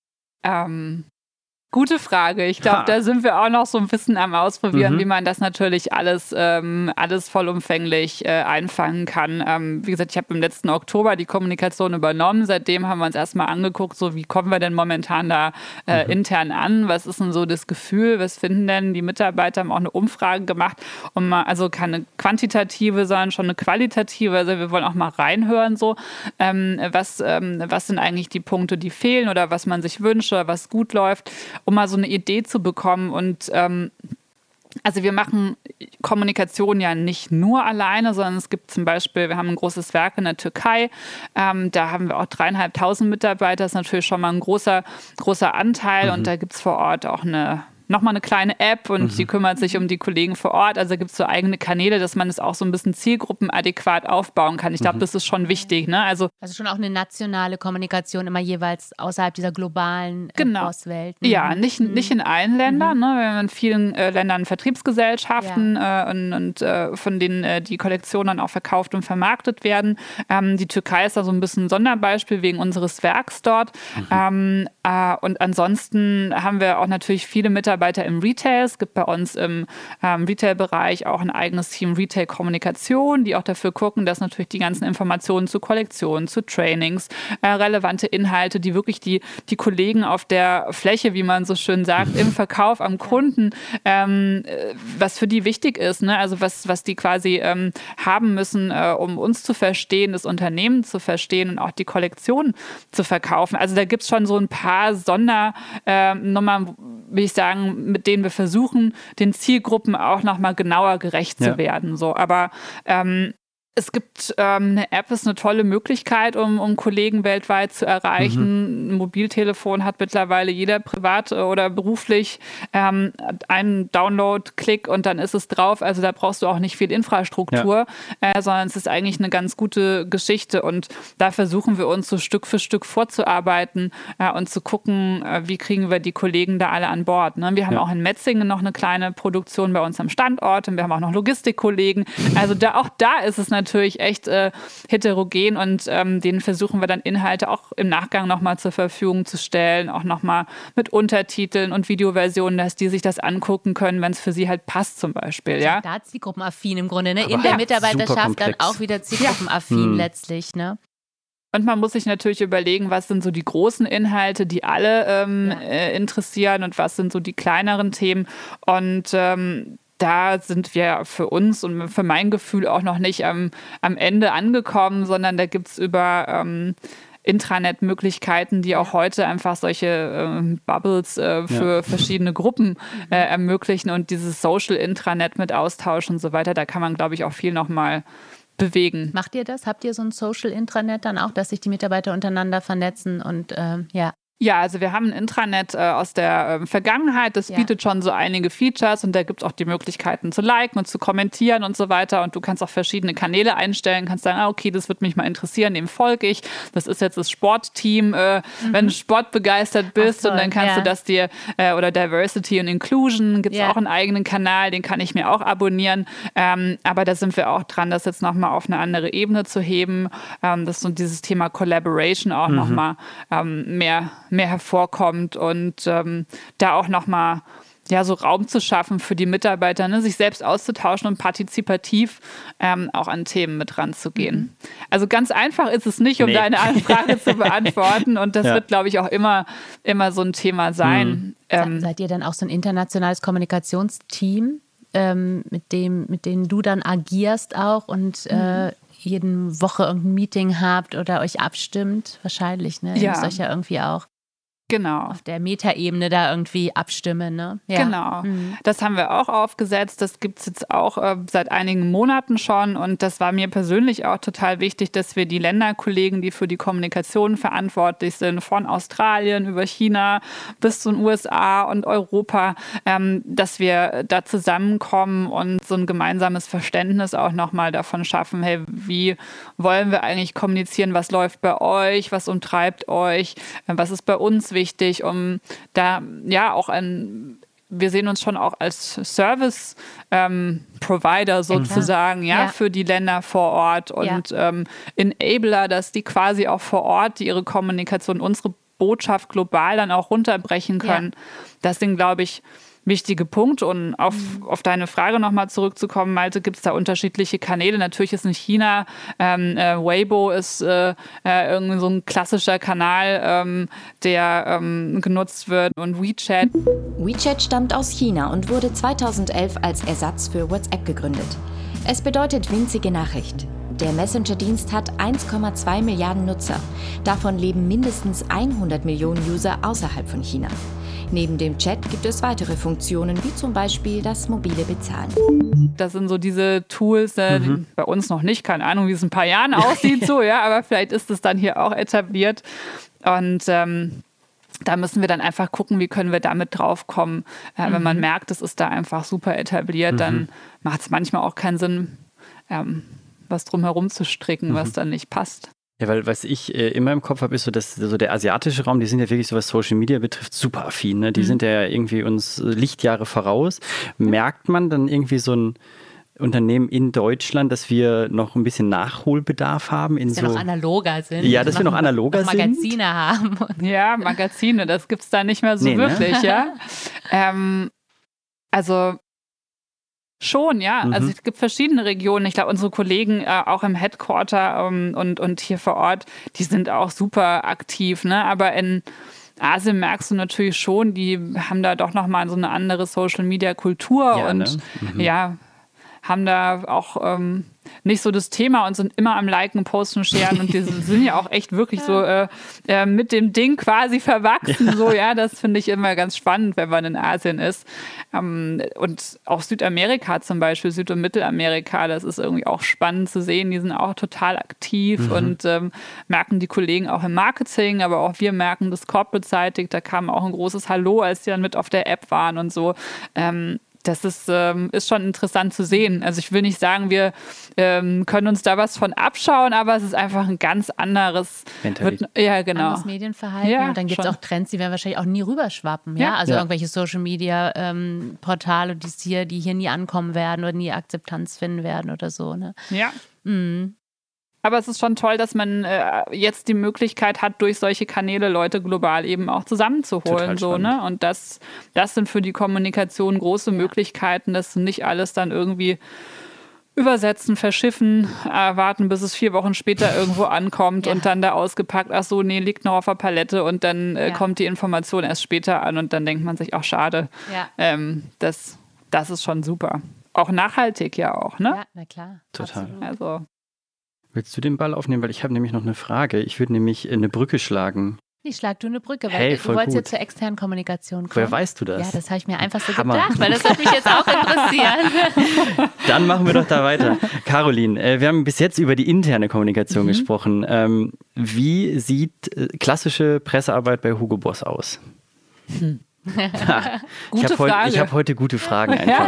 Ähm, gute Frage. Ich glaube, da sind wir auch noch so ein bisschen am Ausprobieren, mhm. wie man das natürlich alles, ähm, alles vollumfänglich äh, einfangen kann. Ähm, wie gesagt, ich habe im letzten Oktober die Kommunikation übernommen. Seitdem haben wir uns erstmal angeguckt, so wie kommen wir denn momentan da äh, mhm. intern an? Was ist denn so das Gefühl? Was finden denn die Mitarbeiter? Haben auch eine Umfrage gemacht, um mal, also keine quantitative, sondern schon eine qualitative. Also wir wollen auch mal reinhören, so ähm, was, ähm, was sind eigentlich die Punkte, die fehlen oder was man sich wünscht oder was gut läuft, um mal so eine Idee zu bekommen. Und ähm, also wir machen Kommunikation ja nicht nur alleine, sondern es gibt zum Beispiel, wir haben ein großes Werk in der Türkei, ähm, da haben wir auch dreieinhalbtausend Mitarbeiter, das ist natürlich schon mal ein großer, großer Anteil mhm. und da gibt es vor Ort auch eine nochmal eine kleine App und mhm. die kümmert sich um die Kollegen vor Ort. Also gibt es so eigene Kanäle, dass man es auch so ein bisschen zielgruppenadäquat aufbauen kann. Ich glaube, mhm. das ist schon wichtig. Ne? Also, also schon auch eine nationale Kommunikation immer jeweils außerhalb dieser globalen äh, genau. Postwelt. Mhm. Ja, nicht, mhm. nicht in allen Ländern. Mhm. Ne? Wir haben in vielen äh, Ländern Vertriebsgesellschaften ja. äh, und, und äh, von denen äh, die Kollektionen dann auch verkauft und vermarktet werden. Ähm, die Türkei ist da so ein bisschen ein Sonderbeispiel wegen unseres Werks dort. Mhm. Ähm, äh, und ansonsten haben wir auch natürlich viele Mitarbeiter im Retail. Es gibt bei uns im ähm, Retail-Bereich auch ein eigenes Team Retail-Kommunikation, die auch dafür gucken, dass natürlich die ganzen Informationen zu Kollektionen, zu Trainings, äh, relevante Inhalte, die wirklich die, die Kollegen auf der Fläche, wie man so schön sagt, im Verkauf am Kunden, ähm, was für die wichtig ist, ne? Also was, was die quasi ähm, haben müssen, äh, um uns zu verstehen, das Unternehmen zu verstehen und auch die Kollektion zu verkaufen. Also da gibt es schon so ein paar Sondernummern, äh, will ich sagen, mit denen wir versuchen, den Zielgruppen auch nochmal genauer gerecht zu ja. werden. So. Aber ähm, es gibt ähm, eine App, ist eine tolle Möglichkeit, um, um Kollegen weltweit zu erreichen. Mhm. Ein Mobiltelefon hat mittlerweile jeder privat oder beruflich ähm, einen Download-Klick und dann ist es drauf. Also da brauchst du auch nicht viel Infrastruktur, ja. äh, sondern es ist eigentlich eine ganz gute Geschichte und da versuchen wir uns so Stück für Stück vorzuarbeiten äh, und zu gucken, äh, wie kriegen wir die Kollegen da alle an Bord. Ne? Wir haben ja. auch in Metzingen noch eine kleine Produktion bei uns am Standort und wir haben auch noch Logistikkollegen. Also da, auch da ist es natürlich natürlich echt äh, heterogen und ähm, denen versuchen wir dann Inhalte auch im Nachgang nochmal zur Verfügung zu stellen, auch nochmal mit Untertiteln und Videoversionen, dass die sich das angucken können, wenn es für sie halt passt zum Beispiel. Ja? Da zielgruppenaffin im Grunde, ne? In der ja, Mitarbeiterschaft dann auch wieder zielgruppenaffin ja. letztlich, ne? Und man muss sich natürlich überlegen, was sind so die großen Inhalte, die alle ähm, ja. äh, interessieren und was sind so die kleineren Themen. Und ähm, da sind wir für uns und für mein Gefühl auch noch nicht am, am Ende angekommen, sondern da gibt es über ähm, Intranet-Möglichkeiten, die auch heute einfach solche äh, Bubbles äh, für ja. verschiedene Gruppen äh, ermöglichen und dieses Social-Intranet mit Austausch und so weiter, da kann man, glaube ich, auch viel nochmal bewegen. Macht ihr das? Habt ihr so ein Social-Intranet dann auch, dass sich die Mitarbeiter untereinander vernetzen und ähm, ja? Ja, also wir haben ein Intranet äh, aus der äh, Vergangenheit, das ja. bietet schon so einige Features und da gibt es auch die Möglichkeiten zu liken und zu kommentieren und so weiter und du kannst auch verschiedene Kanäle einstellen, kannst sagen, ah, okay, das würde mich mal interessieren, dem folge ich, das ist jetzt das Sportteam, äh, mhm. wenn du sportbegeistert bist Ach, und dann kannst ja. du das dir, äh, oder Diversity und Inclusion, gibt es ja. auch einen eigenen Kanal, den kann ich mir auch abonnieren, ähm, aber da sind wir auch dran, das jetzt nochmal auf eine andere Ebene zu heben, ähm, dass so dieses Thema Collaboration auch mhm. nochmal ähm, mehr mehr hervorkommt und ähm, da auch nochmal ja, so Raum zu schaffen für die Mitarbeiter, ne, sich selbst auszutauschen und partizipativ ähm, auch an Themen mit ranzugehen. Mhm. Also ganz einfach ist es nicht, um nee. deine Frage zu beantworten und das ja. wird, glaube ich, auch immer, immer so ein Thema sein. Mhm. Ähm, Seid ihr dann auch so ein internationales Kommunikationsteam, ähm, mit dem, mit denen du dann agierst auch und äh, jede Woche irgendein Meeting habt oder euch abstimmt? Wahrscheinlich, ne? Ihr ja. müsst euch ja irgendwie auch Genau. auf der Metaebene da irgendwie abstimmen. Ne? Ja. Genau. Mhm. Das haben wir auch aufgesetzt. Das gibt es jetzt auch äh, seit einigen Monaten schon. Und das war mir persönlich auch total wichtig, dass wir die Länderkollegen, die für die Kommunikation verantwortlich sind, von Australien über China bis zu den U S A und Europa, ähm, dass wir da zusammenkommen und so ein gemeinsames Verständnis auch nochmal davon schaffen, hey, wie wollen wir eigentlich kommunizieren? Was läuft bei euch? Was umtreibt euch? Was ist bei uns wichtig? wichtig, um da ja auch ein, wir sehen uns schon auch als Service ähm, Provider sozusagen, ja, ja, für die Länder vor Ort und ja. ähm, Enabler, dass die quasi auch vor Ort die ihre Kommunikation, unsere Botschaft global dann auch runterbrechen können. Ja. Das sind, glaube ich, wichtige Punkte. Und auf, mhm. auf deine Frage nochmal zurückzukommen, Malte, gibt es da unterschiedliche Kanäle. Natürlich ist in China, ähm, äh, Weibo ist äh, äh, irgendwie so ein klassischer Kanal, ähm, der ähm, genutzt wird und WeChat. WeChat stammt aus China und wurde zweitausendelf als Ersatz für WhatsApp gegründet. Es bedeutet winzige Nachricht. Der Messenger-Dienst hat eins Komma zwei Milliarden Nutzer. Davon leben mindestens hundert Millionen User außerhalb von China. Neben dem Chat gibt es weitere Funktionen, wie zum Beispiel das mobile Bezahlen. Das sind so diese Tools, äh, mhm. die bei uns noch nicht, keine Ahnung, wie es in ein paar Jahren aussieht, so, ja, aber vielleicht ist es dann hier auch etabliert. Und ähm, da müssen wir dann einfach gucken, wie können wir damit draufkommen. Äh, mhm. Wenn man merkt, es ist da einfach super etabliert, mhm. dann macht es manchmal auch keinen Sinn, ähm, was drumherum zu stricken, mhm. was dann nicht passt. Ja, weil was ich äh, immer im Kopf habe, ist so, dass so der asiatische Raum, die sind ja wirklich, so was Social Media betrifft, super affin. Ne? Die mhm. sind ja irgendwie uns Lichtjahre voraus. Merkt man dann irgendwie so ein Unternehmen in Deutschland, dass wir noch ein bisschen Nachholbedarf haben? In dass so wir noch analoger sind. Ja, dass noch, wir noch analoger noch sind. Magazine haben. Ja, Magazine, das gibt es da nicht mehr so nee, wirklich. Ne? Ja. ähm, also Schon, ja. Mhm. Also es gibt verschiedene Regionen. Ich glaube, unsere Kollegen äh, auch im Headquarter ähm, und, und hier vor Ort, die sind auch super aktiv. Ne? Aber in Asien merkst du natürlich schon, die haben da doch nochmal so eine andere Social-Media-Kultur ja, und ne? mhm. ja, haben da auch ähm, nicht so das Thema und sind immer am Liken, Posten, Sharen und die sind ja auch echt wirklich so äh, äh, mit dem Ding quasi verwachsen. Ja. So, ja, das finde ich immer ganz spannend, wenn man in Asien ist. Ähm, und auch Südamerika zum Beispiel, Süd- und Mittelamerika, das ist irgendwie auch spannend zu sehen. Die sind auch total aktiv mhm. und ähm, merken die Kollegen auch im Marketing, aber auch wir merken das corporate-seitig. Da kam auch ein großes Hallo, als die dann mit auf der App waren und so. Ähm, Das ist, ähm, ist schon interessant zu sehen. Also ich will nicht sagen, wir ähm, können uns da was von abschauen, aber es ist einfach ein ganz anderes wird, ja, genau. anderes Medienverhalten. Ja, und dann gibt es auch Trends, die werden wahrscheinlich auch nie rüberschwappen. Ja? Ja? Also ja. irgendwelche Social-Media-Portale, ähm, die, hier, die hier nie ankommen werden oder nie Akzeptanz finden werden oder so. Ne? Ja. Mhm. Aber es ist schon toll, dass man äh, jetzt die Möglichkeit hat, durch solche Kanäle Leute global eben auch zusammenzuholen. So, ne? Und das, das sind für die Kommunikation große ja. Möglichkeiten, dass nicht alles dann irgendwie übersetzen, verschiffen, äh, warten, bis es vier Wochen später irgendwo ankommt ja. und dann da ausgepackt, ach so, nee, liegt noch auf der Palette und dann äh, ja. kommt die Information erst später an und dann denkt man sich, ach schade, ja. ähm, das das ist schon super. Auch nachhaltig ja auch, ne? Ja, na klar. Total. Absolut. Also. Willst du den Ball aufnehmen? Weil ich habe nämlich noch eine Frage. Ich würde nämlich eine Brücke schlagen. Ich schlag du eine Brücke, weil Hey, du voll wolltest gut. jetzt zur externen Kommunikation kommen. Woher weißt du das? Ja, das habe ich mir einfach so Hammer. gedacht, weil das hat mich jetzt auch interessiert. Dann machen wir doch da weiter. Caroline, äh, wir haben bis jetzt über die interne Kommunikation mhm. gesprochen. Ähm, wie sieht äh, klassische Pressearbeit bei Hugo Boss aus? Hm. ich habe heu, hab heute gute Fragen einfach.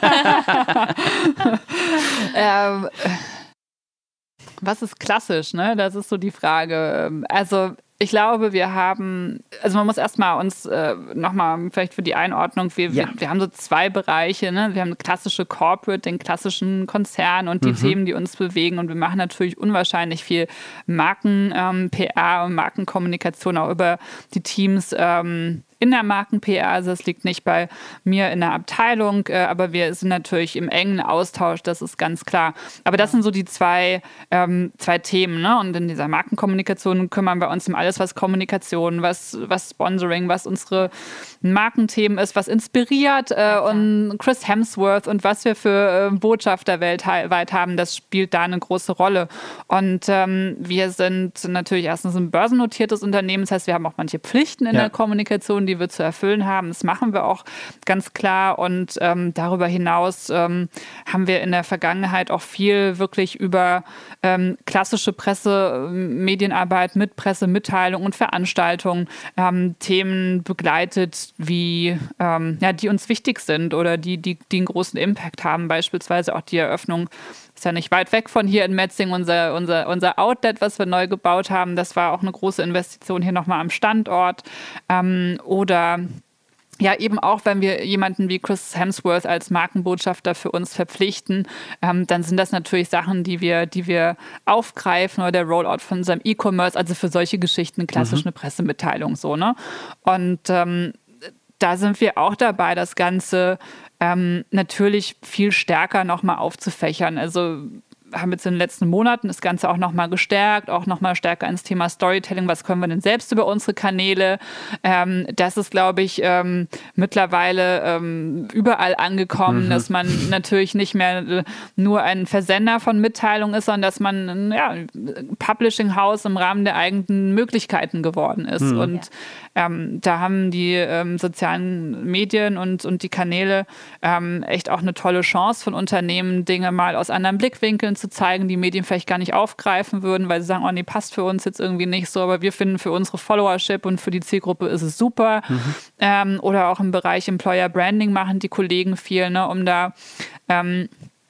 ähm, was ist klassisch, ne? Das ist so die Frage. Also ich glaube, wir haben, also man muss erstmal uns äh, nochmal vielleicht für die Einordnung, wir, ja. wir, wir haben so zwei Bereiche, ne? Wir haben eine klassische Corporate, den klassischen Konzern und die mhm. Themen, die uns bewegen, und wir machen natürlich unwahrscheinlich viel Marken-P R ähm, und Markenkommunikation auch über die Teams ähm, in der Marken-P R, also es liegt nicht bei mir in der Abteilung, äh, aber wir sind natürlich im engen Austausch, das ist ganz klar. Aber das sind so die zwei, ähm, zwei Themen, ne? Und in dieser Markenkommunikation kümmern wir uns um alles, was Kommunikation, was, was Sponsoring, was unsere Markenthemen ist, was inspiriert äh, und Chris Hemsworth und was wir für äh, Botschafter weltweit haben, das spielt da eine große Rolle. Und ähm, wir sind natürlich erstens ein börsennotiertes Unternehmen, das heißt, wir haben auch manche Pflichten in ja. der Kommunikation, die die wir zu erfüllen haben. Das machen wir auch ganz klar. Und ähm, darüber hinaus ähm, haben wir in der Vergangenheit auch viel wirklich über ähm, klassische Presse, Medienarbeit mit Pressemitteilungen und Veranstaltungen ähm, Themen begleitet, wie ähm, ja, die uns wichtig sind oder die, die, die einen großen Impact haben. Beispielsweise auch die Eröffnung, ist ja nicht weit weg von hier in Metzing, unser, unser, unser Outlet, was wir neu gebaut haben. Das war auch eine große Investition hier nochmal am Standort. Ähm, oder ja, eben auch, wenn wir jemanden wie Chris Hemsworth als Markenbotschafter für uns verpflichten, ähm, dann sind das natürlich Sachen, die wir, die wir aufgreifen, oder der Rollout von unserem E-Commerce, also für solche Geschichten klassisch mhm. eine Pressemitteilung so, ne? Und ähm, da sind wir auch dabei, das Ganze ähm, natürlich viel stärker nochmal aufzufächern. Also haben jetzt in den letzten Monaten das Ganze auch nochmal gestärkt, auch nochmal stärker ins Thema Storytelling. Was können wir denn selbst über unsere Kanäle? Ähm, das ist, glaube ich, ähm, mittlerweile ähm, überall angekommen, mhm. dass man natürlich nicht mehr nur ein Versender von Mitteilungen ist, sondern dass man ja, Publishing House im Rahmen der eigenen Möglichkeiten geworden ist. Mhm. Und ähm, da haben die ähm, sozialen Medien und, und die Kanäle ähm, echt auch eine tolle Chance von Unternehmen, Dinge mal aus anderen Blickwinkeln zu zeigen, die Medien vielleicht gar nicht aufgreifen würden, weil sie sagen, oh nee, passt für uns jetzt irgendwie nicht so, aber wir finden, für unsere Followership und für die Zielgruppe ist es super. Mhm. Ähm, oder auch im Bereich Employer Branding machen die Kollegen viel, ne, um da ähm,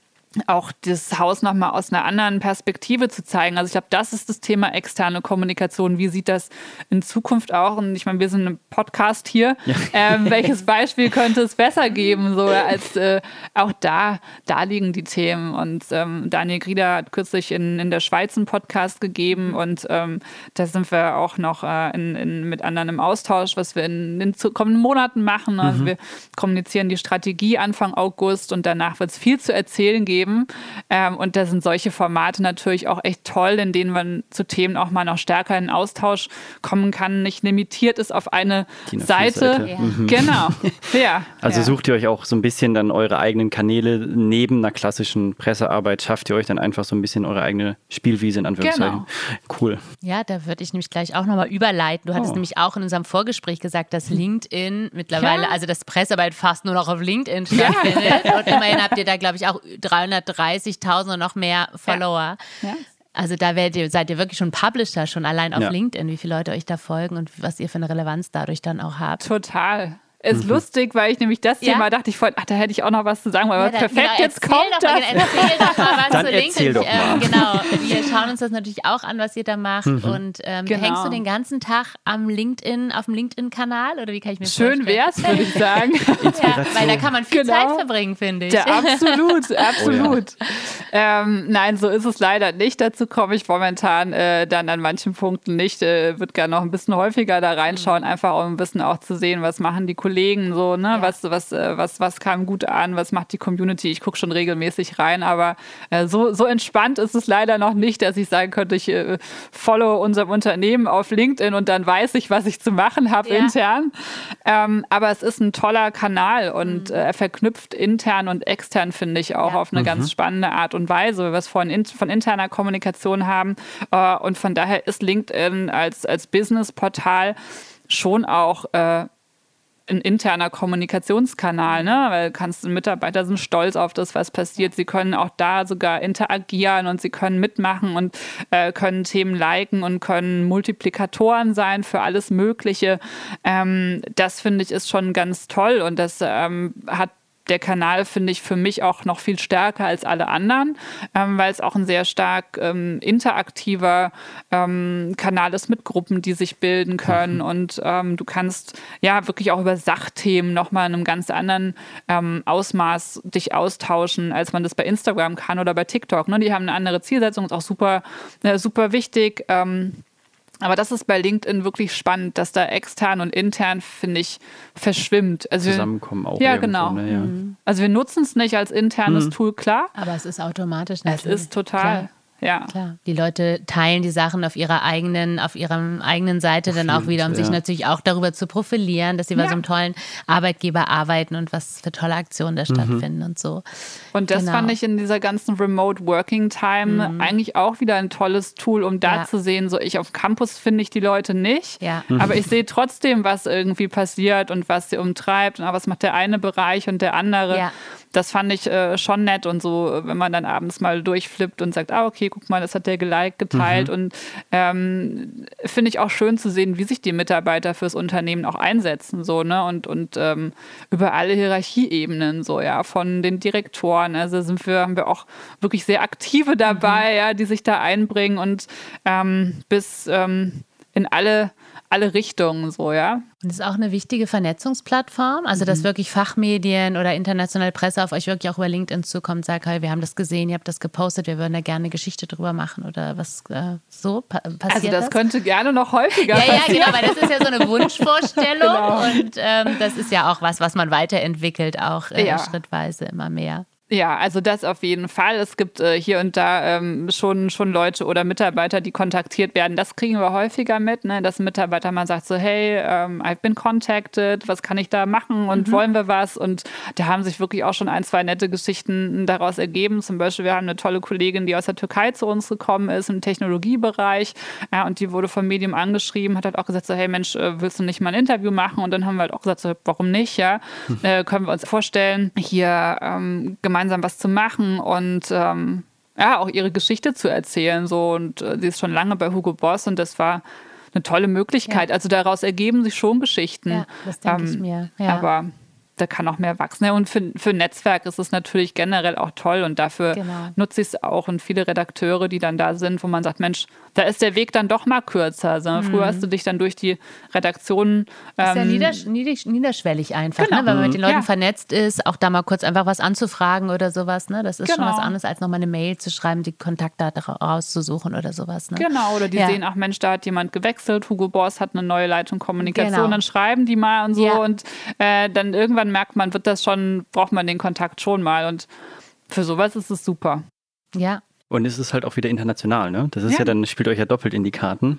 auch das Haus nochmal aus einer anderen Perspektive zu zeigen. Also ich glaube, das ist das Thema externe Kommunikation. Wie sieht das in Zukunft auch? Und ich meine, wir sind ein Podcast hier. Ja. Ähm, welches Beispiel könnte es besser geben? So als äh, auch da, da liegen die Themen. Und ähm, Daniel Grieder hat kürzlich in, in der Schweiz einen Podcast gegeben, und ähm, da sind wir auch noch äh, in, in, mit anderen im Austausch, was wir in den kommenden Monaten machen. Also mhm. wir kommunizieren die Strategie Anfang August, und danach wird es viel zu erzählen geben. Ähm, und da sind solche Formate natürlich auch echt toll, in denen man zu Themen auch mal noch stärker in Austausch kommen kann, nicht limitiert ist auf eine Seite. Seite. Ja. Mhm. Genau. Ja. Also ja. sucht ihr euch auch so ein bisschen dann eure eigenen Kanäle neben einer klassischen Pressearbeit, schafft ihr euch dann einfach so ein bisschen eure eigene Spielwiese in Anführungszeichen. Genau. Cool. Ja, da würde ich nämlich gleich auch nochmal überleiten. Du hattest oh. nämlich auch in unserem Vorgespräch gesagt, dass LinkedIn mittlerweile, ja. also dass Pressearbeit fast nur noch auf LinkedIn stattfindet. Ja. Und immerhin habt ihr da, glaube ich, auch dreihundertdreißigtausend und noch mehr Follower. Ja. Ja. Also da werdet ihr, seid ihr wirklich schon Publisher, schon allein auf ja. LinkedIn, wie viele Leute euch da folgen und was ihr für eine Relevanz dadurch dann auch habt. Total. Ist mhm. lustig, weil ich nämlich das ja. Thema dachte, ich wollte, ach, da hätte ich auch noch was zu sagen, weil ja, da, perfekt, genau, jetzt kommt doch das. Mal, erzähl doch mal was Dann zu LinkedIn. Doch mal. Ähm, genau, wir schauen uns das natürlich auch an, was ihr da macht. Mhm. Und ähm, genau. hängst du den ganzen Tag am LinkedIn, auf dem LinkedIn-Kanal, oder wie kann ich mir Schön vorstellen? Schön wär's, würde ich sagen. Ja, weil da kann man viel genau. Zeit verbringen, finde ich. Ja, absolut, absolut. Oh, Ähm, nein, so ist es leider nicht. Dazu komme ich momentan äh, dann an manchen Punkten nicht. Äh, würde gerne noch ein bisschen häufiger da reinschauen, mhm. einfach um ein bisschen auch zu sehen, was machen die Kollegen so, ne? Ja. Was, was, äh, was, was kam gut an, was macht die Community. Ich gucke schon regelmäßig rein, aber äh, so, so entspannt ist es leider noch nicht, dass ich sagen könnte, ich äh, follow unserem Unternehmen auf LinkedIn und dann weiß ich, was ich zu machen habe ja. intern. Ähm, aber es ist ein toller Kanal und mhm. äh, er verknüpft intern und extern, finde ich, auch ja. auf eine mhm. ganz spannende Art und Weise, weil wir es vorhin in, von interner Kommunikation haben. Äh, und von daher ist LinkedIn als, als Business-Portal schon auch äh, ein interner Kommunikationskanal, ne? Weil kannst, Mitarbeiter sind stolz auf das, was passiert. Sie können auch da sogar interagieren und sie können mitmachen und äh, können Themen liken und können Multiplikatoren sein für alles Mögliche. Ähm, das finde ich ist schon ganz toll und das ähm, hat der Kanal, finde ich, für mich auch noch viel stärker als alle anderen, ähm, weil es auch ein sehr stark ähm, interaktiver ähm, Kanal ist mit Gruppen, die sich bilden können. Mhm. Und ähm, du kannst ja wirklich auch über Sachthemen nochmal in einem ganz anderen ähm, Ausmaß dich austauschen, als man das bei Instagram kann oder bei TikTok. Ne? Die haben eine andere Zielsetzung, ist auch super, äh, super wichtig. Ähm, Aber das ist bei LinkedIn wirklich spannend, dass da extern und intern, finde ich, verschwimmt. Also Zusammenkommen auch. Ja, genau. Ne, ja. Mhm. Also wir nutzen es nicht als internes mhm. Tool, klar. Aber es ist automatisch natürlich. Es ist total. Klar. Ja. Klar. Die Leute teilen die Sachen auf ihrer eigenen, auf ihrer eigenen Seite auf dann auch wieder, um ja. sich natürlich auch darüber zu profilieren, dass sie ja. bei so einem tollen Arbeitgeber arbeiten und was für tolle Aktionen da mhm. stattfinden und so. Und das genau. fand ich in dieser ganzen Remote Working Time mhm. eigentlich auch wieder ein tolles Tool, um da ja. zu sehen, so ich auf Campus finde ich die Leute nicht, ja. mhm. aber ich sehe trotzdem, was irgendwie passiert und was sie umtreibt und was macht der eine Bereich und der andere. Ja. Das fand ich äh, schon nett und so, wenn man dann abends mal durchflippt und sagt, ah, okay, guck mal, das hat der geliked, geteilt mhm. und ähm, finde ich auch schön zu sehen, wie sich die Mitarbeiter fürs Unternehmen auch einsetzen, so, ne, und, und ähm, über alle Hierarchieebenen, so, ja, von den Direktoren, also sind wir, haben wir auch wirklich sehr Aktive dabei, mhm. ja, die sich da einbringen und ähm, bis ähm, in alle alle Richtungen so, ja. Und es ist auch eine wichtige Vernetzungsplattform, also dass mhm. wirklich Fachmedien oder internationale Presse auf euch wirklich auch über LinkedIn zukommt und sagt, hey, wir haben das gesehen, ihr habt das gepostet, wir würden da gerne eine Geschichte drüber machen oder was äh, so pa- passiert. Also das, das könnte gerne noch häufiger ja, passieren. Ja, genau, weil das ist ja so eine Wunschvorstellung genau. und ähm, das ist ja auch was, was man weiterentwickelt, auch äh, ja. schrittweise immer mehr. Ja, also das auf jeden Fall. Es gibt äh, hier und da ähm, schon, schon Leute oder Mitarbeiter, die kontaktiert werden. Das kriegen wir häufiger mit, ne? Dass ein Mitarbeiter mal sagt so, hey, ähm, I've been contacted, was kann ich da machen und mhm. wollen wir was? Und da haben sich wirklich auch schon ein, zwei nette Geschichten daraus ergeben. Zum Beispiel, wir haben eine tolle Kollegin, die aus der Türkei zu uns gekommen ist, im Technologiebereich. Ja, und die wurde vom Medium angeschrieben, hat halt auch gesagt so, hey Mensch, willst du nicht mal ein Interview machen? Und dann haben wir halt auch gesagt so, warum nicht? Ja, mhm. äh, können wir uns vorstellen, hier ähm, gemeinsam was zu machen und ähm, ja, auch ihre Geschichte zu erzählen. So. Und äh, sie ist schon lange bei Hugo Boss und das war eine tolle Möglichkeit. Ja. Also daraus ergeben sich schon Geschichten. Ja, das denke ähm, ich mir. Ja. Aber da kann auch mehr wachsen. Ja, und für, für ein Netzwerk ist es natürlich generell auch toll und dafür genau. nutze ich es auch. Und viele Redakteure, die dann da sind, wo man sagt, Mensch, da ist der Weg dann doch mal kürzer. Also, mhm. Früher hast du dich dann durch die Redaktionen... Ähm, ist ja nieders- niedrig- niederschwellig einfach, genau. ne? Wenn man mit den Leuten ja. vernetzt ist, auch da mal kurz einfach was anzufragen oder sowas. Ne? Das ist genau. schon was anderes, als nochmal eine Mail zu schreiben, die Kontaktdaten rauszusuchen oder sowas. Ne? Genau, oder die ja. sehen, ach Mensch, da hat jemand gewechselt, Hugo Boss hat eine neue Leitung Kommunikation, genau. dann schreiben die mal und so ja. und äh, dann irgendwann merkt man, wird das schon, braucht man den Kontakt schon mal und für sowas ist es super. Ja. Und es ist halt auch wieder international, ne? Das ist ja, ja dann, spielt euch ja doppelt in die Karten.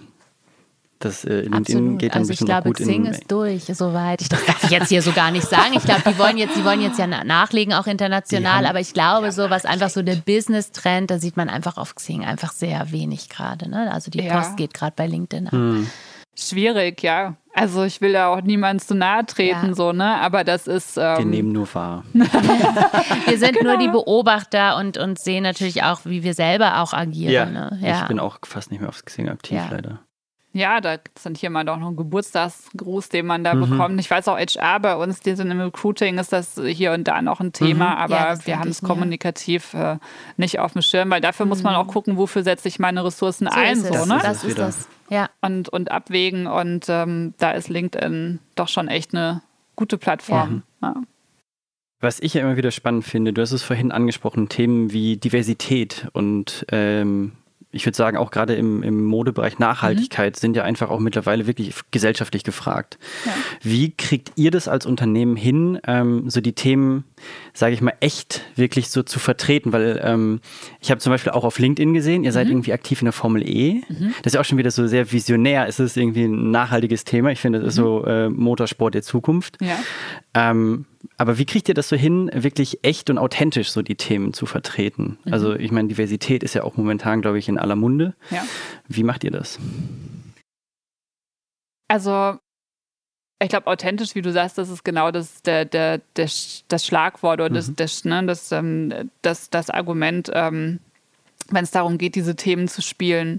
Das äh, LinkedIn Absolut. geht dann also ein bisschen ich glaube, gut in... Xing ist durch, soweit. Ich, das darf ich jetzt hier so gar nicht sagen. Ich glaube, die wollen jetzt, die wollen jetzt ja nachlegen, auch international, haben, aber ich glaube, so was einfach so der Business-Trend, da sieht man einfach auf Xing einfach sehr wenig gerade, ne? Also die ja. Post geht gerade bei LinkedIn ab. Hm. Schwierig, ja. Also ich will ja auch niemandem zu nahe treten, ja. so, ne? Aber das ist... Ähm wir nehmen nur wahr. Wir sind genau. nur die Beobachter und, und sehen natürlich auch, wie wir selber auch agieren. Ja, ne? ja. Ich bin auch fast nicht mehr auf Xing aktiv, ja. leider. Ja, da gibt es dann hier mal doch noch einen Geburtstagsgruß, den man da mhm. bekommt. Ich weiß auch, H R bei uns, die sind im Recruiting, ist das hier und da noch ein Thema, mhm. aber ja, wir haben es kommunikativ äh, nicht auf dem Schirm, weil dafür mhm. muss man auch gucken, wofür setze ich meine Ressourcen so ein. Ist so, es. ne? Das ist das, ja. Und, und abwägen und ähm, da ist LinkedIn doch schon echt eine gute Plattform. Ja. Ja. Was ich ja immer wieder spannend finde, du hast es vorhin angesprochen, Themen wie Diversität und ähm, ich würde sagen, auch gerade im, im Modebereich Nachhaltigkeit mhm. sind ja einfach auch mittlerweile wirklich gesellschaftlich gefragt. Ja. Wie kriegt ihr das als Unternehmen hin, ähm, so die Themen, sage ich mal, echt wirklich so zu vertreten? Weil ähm, ich habe zum Beispiel auch auf LinkedIn gesehen, ihr seid mhm. irgendwie aktiv in der Formel E. Mhm. Das ist ja auch schon wieder so sehr visionär. Es ist irgendwie ein nachhaltiges Thema. Ich finde, das ist mhm. so äh, Motorsport der Zukunft. Ja. Ähm, aber wie kriegt ihr das so hin, wirklich echt und authentisch so die Themen zu vertreten? Mhm. Also ich meine, Diversität ist ja auch momentan, glaube ich, in aller Munde. Ja. Wie macht ihr das? Also ich glaube, authentisch, wie du sagst, das ist genau das, der, der, der, das Schlagwort oder das, mhm. das, ne, das, ähm, das, das Argument, ähm, wenn es darum geht, diese Themen zu spielen.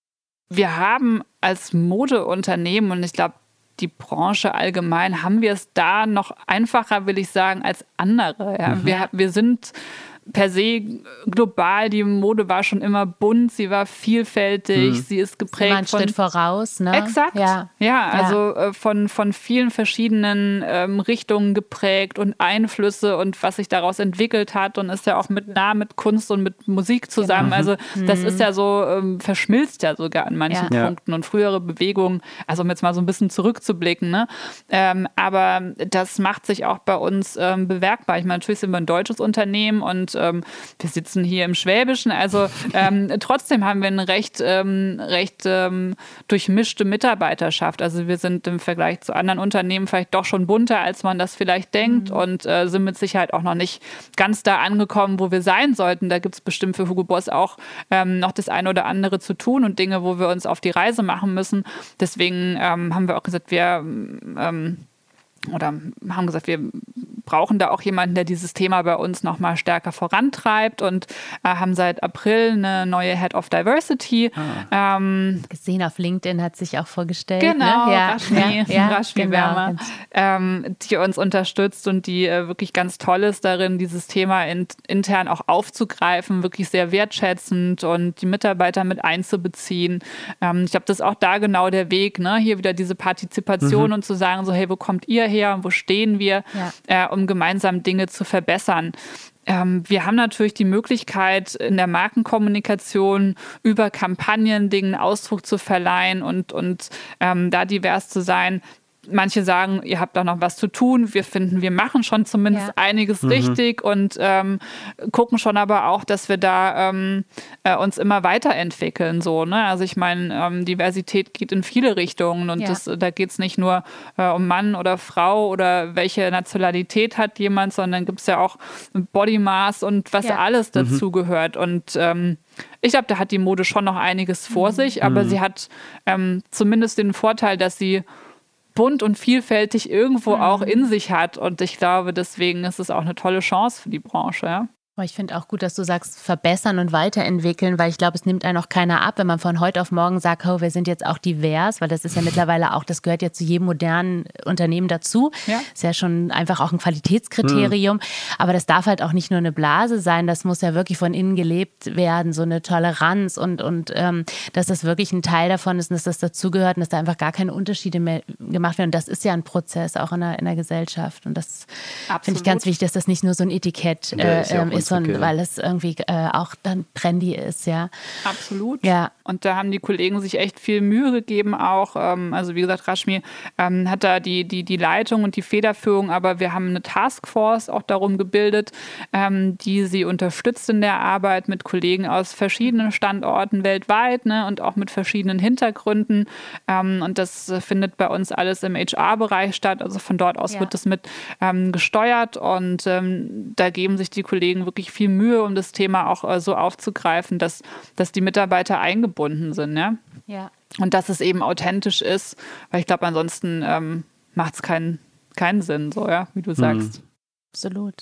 Wir haben als Modeunternehmen, und ich glaube, die Branche allgemein, haben wir es da noch einfacher, will ich sagen, als andere. Ja. Mhm. Wir, wir sind per se global, die Mode war schon immer bunt, sie war vielfältig, mhm. sie ist geprägt immer ein von... Schritt voraus, ne? Exakt, ja, ja also ja. Von, von vielen verschiedenen ähm, Richtungen geprägt und Einflüsse und was sich daraus entwickelt hat und ist ja auch mit nah mit Kunst und mit Musik zusammen, genau. also mhm. das ist ja so, ähm, verschmilzt ja sogar an manchen ja. Punkten und frühere Bewegungen, also um jetzt mal so ein bisschen zurückzublicken, ne? Ähm, aber das macht sich auch bei uns ähm, bemerkbar. Ich meine, natürlich sind wir ein deutsches Unternehmen und ähm, wir sitzen hier im Schwäbischen, also ähm, trotzdem haben wir eine recht, ähm, recht ähm, durchmischte Mitarbeiterschaft. Also wir sind im Vergleich zu anderen Unternehmen vielleicht doch schon bunter, als man das vielleicht denkt mhm. und äh, sind mit Sicherheit auch noch nicht ganz da angekommen, wo wir sein sollten. Da gibt es bestimmt für Hugo Boss auch ähm, noch das eine oder andere zu tun und Dinge, wo wir uns auf die Reise machen müssen. Deswegen ähm, haben wir auch gesagt, wir ähm, oder haben gesagt, wir brauchen da auch jemanden, der dieses Thema bei uns noch mal stärker vorantreibt und äh, haben seit April eine neue Head of Diversity. Ah. Ähm, gesehen auf LinkedIn, hat sich auch vorgestellt. Genau, ne? ja, Rashmi, ja, Rashmi genau. Wermer, ähm, die uns unterstützt und die äh, wirklich ganz toll ist darin, dieses Thema in, intern auch aufzugreifen, wirklich sehr wertschätzend und die Mitarbeiter mit einzubeziehen. Ähm, ich glaube, das ist auch da genau der Weg, ne? Hier wieder diese Partizipation mhm. und zu sagen, so hey, wo kommt ihr her, wo stehen wir, ja. äh, um gemeinsam Dinge zu verbessern. Ähm, wir haben natürlich die Möglichkeit, in der Markenkommunikation über Kampagnen Dingen Ausdruck zu verleihen und, und ähm, da divers zu sein. Manche sagen, ihr habt auch noch was zu tun. Wir finden, wir machen schon zumindest ja. einiges mhm. richtig und ähm, gucken schon aber auch, dass wir da ähm, äh, uns immer weiterentwickeln. So, ne? Also ich meine, ähm, Diversität geht in viele Richtungen und ja. das, da geht es nicht nur äh, um Mann oder Frau oder welche Nationalität hat jemand, sondern gibt es ja auch Body Mass und was ja. alles dazu mhm. gehört. Und ähm, ich glaube, da hat die Mode schon noch einiges vor mhm. sich, aber mhm. sie hat ähm, zumindest den Vorteil, dass sie bunt und vielfältig irgendwo mhm. auch in sich hat. Und ich glaube, deswegen ist es auch eine tolle Chance für die Branche. Ja? Ich finde auch gut, dass du sagst, verbessern und weiterentwickeln, weil ich glaube, es nimmt einen auch keiner ab, wenn man von heute auf morgen sagt, oh, wir sind jetzt auch divers, weil das ist ja mittlerweile auch, das gehört ja zu jedem modernen Unternehmen dazu. Ja. Ist ja schon einfach auch ein Qualitätskriterium. Mhm. Aber das darf halt auch nicht nur eine Blase sein, das muss ja wirklich von innen gelebt werden, so eine Toleranz und, und ähm, dass das wirklich ein Teil davon ist und dass das dazugehört und dass da einfach gar keine Unterschiede mehr gemacht werden. Und das ist ja ein Prozess auch in der, in der Gesellschaft. Und das finde ich ganz wichtig, dass das nicht nur so ein Etikett äh, ist, ja ist sondern weil es irgendwie äh, auch dann trendy ist, ja. Absolut. Ja. Und da haben die Kollegen sich echt viel Mühe gegeben auch. Ähm, also wie gesagt, Rashmi ähm, hat da die, die, die Leitung und die Federführung, aber wir haben eine Taskforce auch darum gebildet, ähm, die sie unterstützt in der Arbeit mit Kollegen aus verschiedenen Standorten weltweit, ne, und auch mit verschiedenen Hintergründen. Ähm, und das findet bei uns alles im H R-Bereich statt. Also von dort aus ja. wird das mit ähm, gesteuert und ähm, da geben sich die Kollegen wirklich viel Mühe, um das Thema auch äh, so aufzugreifen, dass, dass die Mitarbeiter eingebunden sind. Ja? Ja. Und dass es eben authentisch ist, weil ich glaube, ansonsten ähm, macht es keinen, keinen Sinn, so, ja, wie du sagst. Mhm. Absolut.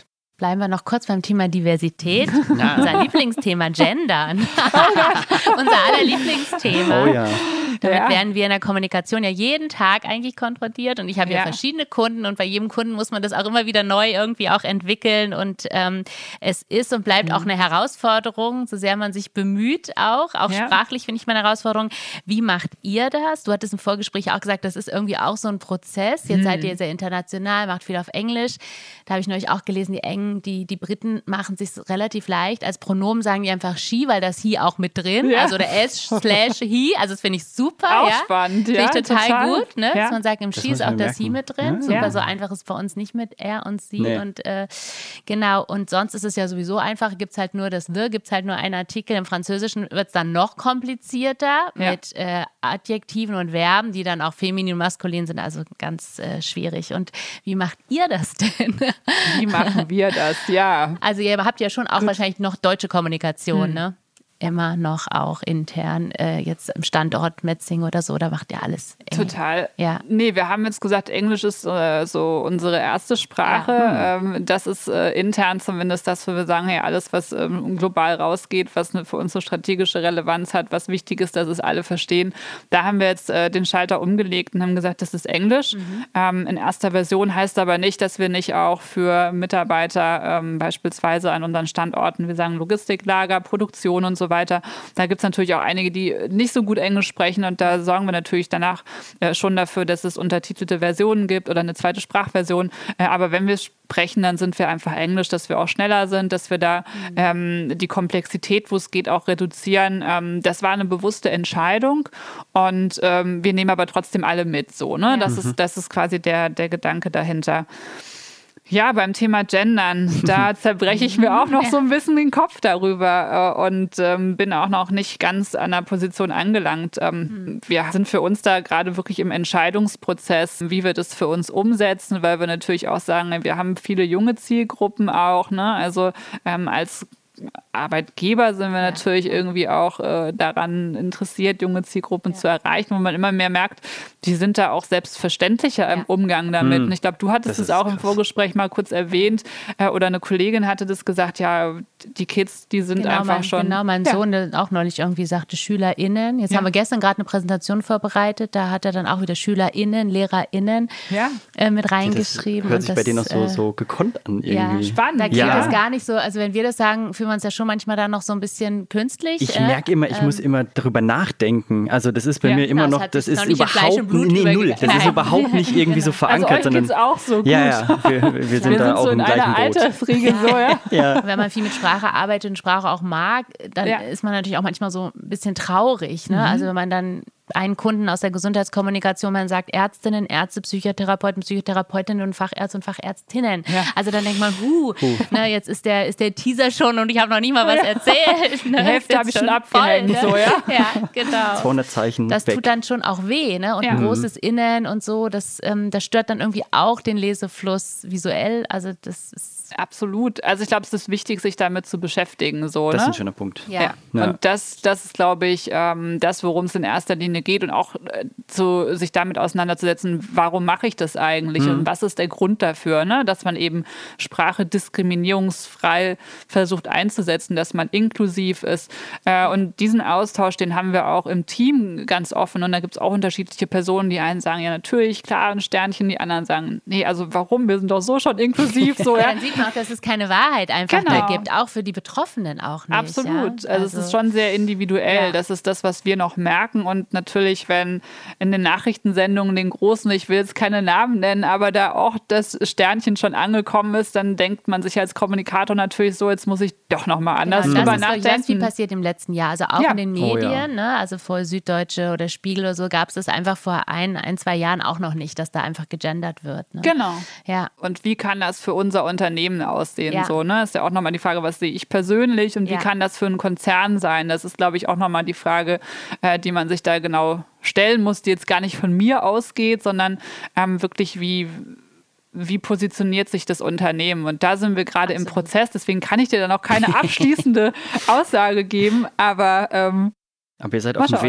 bleiben wir noch kurz beim Thema Diversität. Ja. Unser Lieblingsthema Gendern. Unser aller Lieblingsthema. Oh ja. Damit ja. werden wir in der Kommunikation ja jeden Tag eigentlich konfrontiert und ich habe ja. ja verschiedene Kunden und bei jedem Kunden muss man das auch immer wieder neu irgendwie auch entwickeln und ähm, es ist und bleibt mhm. auch eine Herausforderung, so sehr man sich bemüht auch, auch ja. sprachlich finde ich mal eine Herausforderung. Wie macht ihr das? Du hattest im Vorgespräch auch gesagt, das ist irgendwie auch so ein Prozess. Jetzt mhm. seid ihr sehr international, macht viel auf Englisch. Da habe ich neulich auch gelesen, die Engen, die, die Briten machen es sich relativ leicht. Als Pronomen sagen die einfach she, weil das he auch mit drin, ja. also der s slash he, also das finde ich super. Super, auch ja. spannend, ja. Finde ich total, total gut, ne? Ja. Dass man sagt, im She ist auch das Sie mit drin. Ja. Super, Ja. so einfach ist bei uns nicht mit er und sie. Nee. Und äh, genau, und sonst ist es ja sowieso einfach, gibt es halt nur das the, gibt es halt nur einen Artikel. Im Französischen wird es dann noch komplizierter ja. mit äh, Adjektiven und Verben, die dann auch feminin und maskulin sind, also ganz äh, schwierig. Und wie macht ihr das denn? Wie machen wir das, ja. Also ihr habt ja schon auch gut. wahrscheinlich noch deutsche Kommunikation, hm. ne? Immer noch auch intern, äh, jetzt im Standort Metzing oder so, da macht ihr alles. Englisch. Total. Ja. Nee, wir haben jetzt gesagt, Englisch ist äh, so unsere erste Sprache. Ja. Hm. Ähm, das ist äh, intern zumindest das, wo wir sagen, hey, alles, was ähm, global rausgeht, was eine, für uns so strategische Relevanz hat, was wichtig ist, dass es alle verstehen. Da haben wir jetzt äh, den Schalter umgelegt und haben gesagt, das ist Englisch. Mhm. Ähm, in erster Version heißt aber nicht, dass wir nicht auch für Mitarbeiter ähm, beispielsweise an unseren Standorten, wir sagen Logistiklager, Produktion und so weiter, weiter. Da gibt es natürlich auch einige, die nicht so gut Englisch sprechen und da sorgen wir natürlich danach äh, schon dafür, dass es untertitelte Versionen gibt oder eine zweite Sprachversion. Äh, aber wenn wir sprechen, dann sind wir einfach Englisch, dass wir auch schneller sind, dass wir da mhm. ähm, die Komplexität, wo es geht, auch reduzieren. Ähm, das war eine bewusste Entscheidung und ähm, wir nehmen aber trotzdem alle mit. So, ne? Ja. Das, mhm. ist, das ist quasi der, der Gedanke dahinter. Ja, beim Thema Gendern, da zerbreche ich mir auch noch so ein bisschen den Kopf darüber äh, und ähm, bin auch noch nicht ganz an der Position angelangt. Ähm, mhm. Wir sind für uns da gerade wirklich im Entscheidungsprozess, wie wir das für uns umsetzen, weil wir natürlich auch sagen, wir haben viele junge Zielgruppen auch, ne? Also ähm, als Arbeitgeber sind wir ja. natürlich irgendwie auch äh, daran interessiert, junge Zielgruppen ja. zu erreichen, wo man immer mehr merkt, die sind da auch selbstverständlicher ja. im Umgang damit. Hm. Und ich glaube, du hattest es auch krass. im Vorgespräch mal kurz erwähnt äh, oder eine Kollegin hatte das gesagt, ja, die Kids, die sind genau, einfach mein, schon... Genau, mein ja. Sohn, der auch neulich irgendwie sagte SchülerInnen. Jetzt ja. haben wir gestern gerade eine Präsentation vorbereitet, da hat er dann auch wieder SchülerInnen, LehrerInnen ja. äh, mit reingeschrieben. Das hört sich und bei das, denen auch so, so gekonnt an irgendwie. Ja, spannend. Da geht ja. es gar nicht so, also wenn wir das sagen, fühlen wir uns ja schon manchmal da noch so ein bisschen künstlich. Ich äh, merke immer, ich ähm, muss immer darüber nachdenken. Also das ist bei ja, mir immer genau, noch, das, das ist noch nicht überhaupt nee, null. Das ist überhaupt nicht irgendwie so verankert. Also euch sondern, geht's auch so gut. Ja, ja, wir, wir sind wir da sind auch so im in gleichen einer Boot. Altersriege so, ja. ja. Wenn man viel mit Sprache arbeitet und Sprache auch mag, dann ja. ist man natürlich auch manchmal so ein bisschen traurig. Ne? Mhm. Also wenn man dann einen Kunden aus der Gesundheitskommunikation, man sagt Ärztinnen, Ärzte, Psychotherapeuten, Psychotherapeutinnen und Fachärzte und Fachärztinnen. Ja. Also dann denkt man, huh, huh. Ne, jetzt ist der, ist der Teaser schon und ich habe noch nicht mal was ja. erzählt. Ne? Die Hälfte habe ich schon abgehängt. Ne? So, ja? ja, genau. zweihundert Zeichen Das weg. tut dann schon auch weh. Ne? Und ja. ein großes Innen und so, das, ähm, das stört dann irgendwie auch den Lesefluss visuell. Also das ist absolut. Also ich glaube, es ist wichtig, sich damit zu beschäftigen. So, das ne? ist ein schöner Punkt. Ja. Ja. Ja. Und das, das ist, glaube ich, ähm, das, worum es in erster Linie geht und auch äh, zu, sich damit auseinanderzusetzen, warum mache ich das eigentlich mhm. und was ist der Grund dafür, ne? Dass man eben Sprache diskriminierungsfrei versucht einzusetzen, dass man inklusiv ist. Äh, und diesen Austausch, den haben wir auch im Team ganz offen und da gibt es auch unterschiedliche Personen, die einen sagen, ja natürlich, klar, ein Sternchen, die anderen sagen, nee, also warum, wir sind doch so schon inklusiv. So, ja. Dann sieht man auch, dass es keine Wahrheit einfach genau. mehr gibt, auch für die Betroffenen auch nicht. Absolut. Ja? Also, also es ist schon sehr individuell. Ja. Das ist das, was wir noch merken. Und natürlich, wenn in den Nachrichtensendungen den Großen, ich will jetzt keine Namen nennen, aber da auch das Sternchen schon angekommen ist, dann denkt man sich als Kommunikator natürlich so, jetzt muss ich doch nochmal anders genau, drüber das nachdenken. Das ist ganz viel passiert im letzten Jahr. Also auch ja. in den Medien, oh, ja. ne? Also vor Süddeutsche oder Spiegel oder so, gab es das einfach vor ein, ein, zwei Jahren auch noch nicht, dass da einfach gegendert wird. Ne? Genau. Ja. Und wie kann das für unser Unternehmen aussehen? Ja. So, ne? Ist ja auch nochmal die Frage, was sehe ich persönlich und ja. wie kann das für einen Konzern sein? Das ist, glaube ich, auch nochmal die Frage, äh, die man sich da genau stellen muss, die jetzt gar nicht von mir ausgeht, sondern ähm, wirklich wie... Wie positioniert sich das Unternehmen? Und da sind wir gerade im Prozess. Deswegen kann ich dir da noch keine abschließende Aussage geben. Aber, ähm, aber ihr seid auf dem Weg.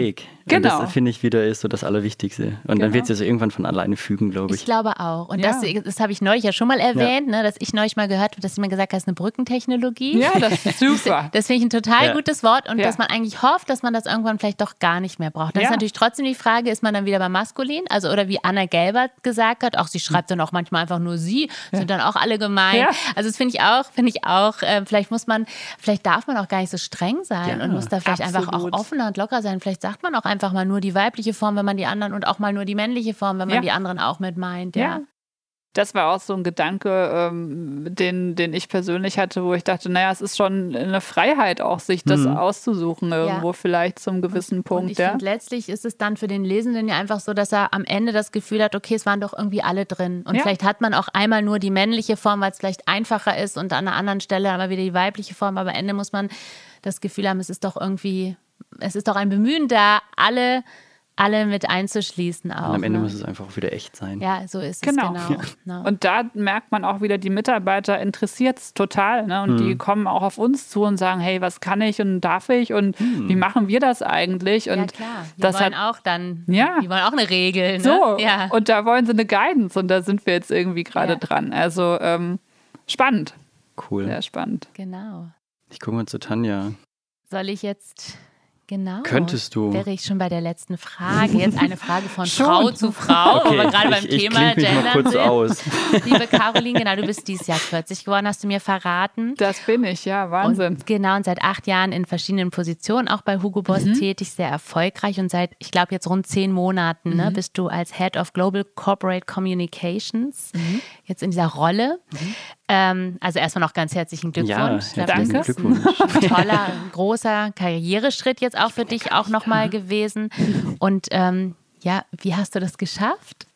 Genau. Und das finde ich wieder ist so das Allerwichtigste. Und genau. dann wird es ja so irgendwann von alleine fügen, glaube ich. Ich glaube auch. Und ja. das, das habe ich neulich ja schon mal erwähnt, ja. ne, dass ich neulich mal gehört habe, dass jemand gesagt hat, das ist eine Brückentechnologie. Ja, das ist super. Das finde ich ein total ja. gutes Wort und ja. dass man eigentlich hofft, dass man das irgendwann vielleicht doch gar nicht mehr braucht. Dann ja. ist natürlich trotzdem die Frage, ist man dann wieder beim Maskulin? Also oder wie Anna Gelbert gesagt hat, auch sie schreibt dann auch manchmal einfach nur sie, ja. sind dann auch alle gemein. Ja. Also das finde ich auch, finde ich auch, äh, vielleicht muss man, vielleicht darf man auch gar nicht so streng sein ja. und muss da vielleicht Absolut. einfach auch offener und locker sein. Vielleicht sagt man auch einfach mal nur die weibliche Form, wenn man die anderen und auch mal nur die männliche Form, wenn man ja. die anderen auch mit meint. Ja. ja. Das war auch so ein Gedanke, ähm, den, den ich persönlich hatte, wo ich dachte, naja, es ist schon eine Freiheit auch, sich das mhm. auszusuchen irgendwo ja. vielleicht zum gewissen und, Punkt. Und ich ja. finde, letztlich ist es dann für den Lesenden ja einfach so, dass er am Ende das Gefühl hat, okay, es waren doch irgendwie alle drin. Und ja. vielleicht hat man auch einmal nur die männliche Form, weil es vielleicht einfacher ist und an einer anderen Stelle aber wieder die weibliche Form. Aber am Ende muss man das Gefühl haben, es ist doch irgendwie, es ist doch ein Bemühen da, alle alle mit einzuschließen auch. Und am Ende ne? muss es einfach auch wieder echt sein. Ja, so ist genau. es genau. Ja. Und da merkt man auch wieder, die Mitarbeiter interessiert es total. Ne? Und hm. die kommen auch auf uns zu und sagen, hey, was kann ich und darf ich und hm. wie machen wir das eigentlich? Und ja, klar. Die das wollen hat, auch dann, ja. die wollen auch eine Regel. Ne? So, ja. und da wollen sie eine Guidance und da sind wir jetzt irgendwie gerade ja. dran. Also ähm, spannend. Cool. Sehr spannend. Genau. Ich gucke mal zu Tanja. Soll ich jetzt... Genau. Könntest du. Wäre ich schon bei der letzten Frage. Jetzt eine Frage von Frau zu Frau, okay, wo wir gerade ich, beim ich Thema mich Gendern mal kurz sind. Aus. Liebe Caroline, genau, du bist dieses Jahr vierzig geworden, hast du mir verraten. Das bin ich, ja, Wahnsinn. Und genau, und seit acht Jahren in verschiedenen Positionen, auch bei Hugo Boss mhm. tätig, sehr erfolgreich. Und seit, ich glaube, jetzt rund zehn Monaten mhm. ne, bist du als Head of Global Corporate Communications mhm. jetzt in dieser Rolle. Mhm. Ähm, also erstmal noch ganz herzlichen Glückwunsch. Ja, danke. Das ist ein toller, großer Karriereschritt jetzt auch für dich auch nochmal gewesen. Und ähm, ja, wie hast du das geschafft?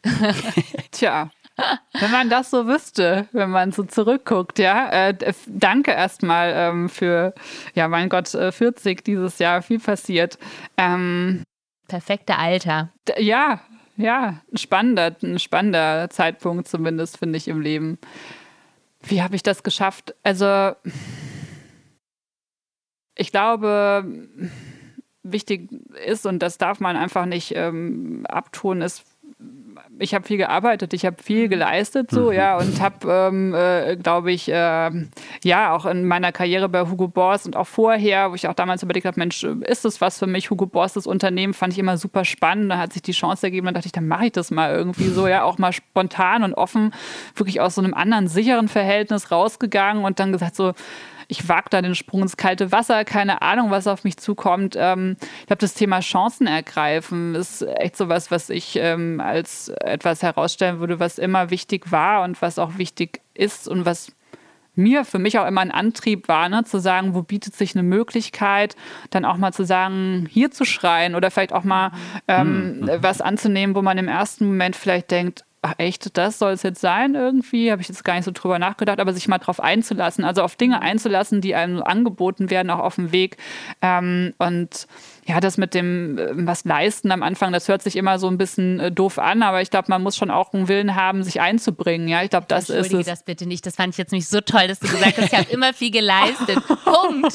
Tja, wenn man das so wüsste, wenn man so zurückguckt, ja. Äh, danke erstmal ähm, für, ja, mein Gott, vierzig dieses Jahr, viel passiert. Ähm, Perfekte Alter. D- ja, ja, ein spannender, ein spannender Zeitpunkt zumindest, finde ich, im Leben. Wie habe ich das geschafft? Also, ich glaube, wichtig ist, und das darf man einfach nicht ähm, abtun, ist, ich habe viel gearbeitet, ich habe viel geleistet, so, mhm. ja, und habe, ähm, äh, glaube ich, äh, ja, auch in meiner Karriere bei Hugo Boss und auch vorher, wo ich auch damals überlegt habe, Mensch, ist das was für mich? Hugo Boss, das Unternehmen, fand ich immer super spannend. Da hat sich die Chance ergeben, dann dachte ich, dann mache ich das mal irgendwie so, ja, auch mal spontan und offen, wirklich aus so einem anderen, sicheren Verhältnis rausgegangen und dann gesagt so, ich wage da den Sprung ins kalte Wasser, keine Ahnung, was auf mich zukommt. Ähm, ich glaube, das Thema Chancen ergreifen ist echt sowas, was ich ähm, als etwas herausstellen würde, was immer wichtig war und was auch wichtig ist und was mir für mich auch immer ein Antrieb war, ne, zu sagen, wo bietet sich eine Möglichkeit, dann auch mal zu sagen, hier zu schreien oder vielleicht auch mal ähm, mhm. was anzunehmen, wo man im ersten Moment vielleicht denkt, ach echt, das soll es jetzt sein irgendwie? Habe ich jetzt gar nicht so drüber nachgedacht, aber sich mal drauf einzulassen, also auf Dinge einzulassen, die einem angeboten werden, auch auf dem Weg. Ähm, und ja, das mit dem was leisten am Anfang, das hört sich immer so ein bisschen äh, doof an, aber ich glaube, man muss schon auch einen Willen haben, sich einzubringen. Ja, ich glaube, das ist es. Entschuldige das bitte nicht, das fand ich jetzt nicht so toll, dass du gesagt hast, ich habe immer viel geleistet. Punkt.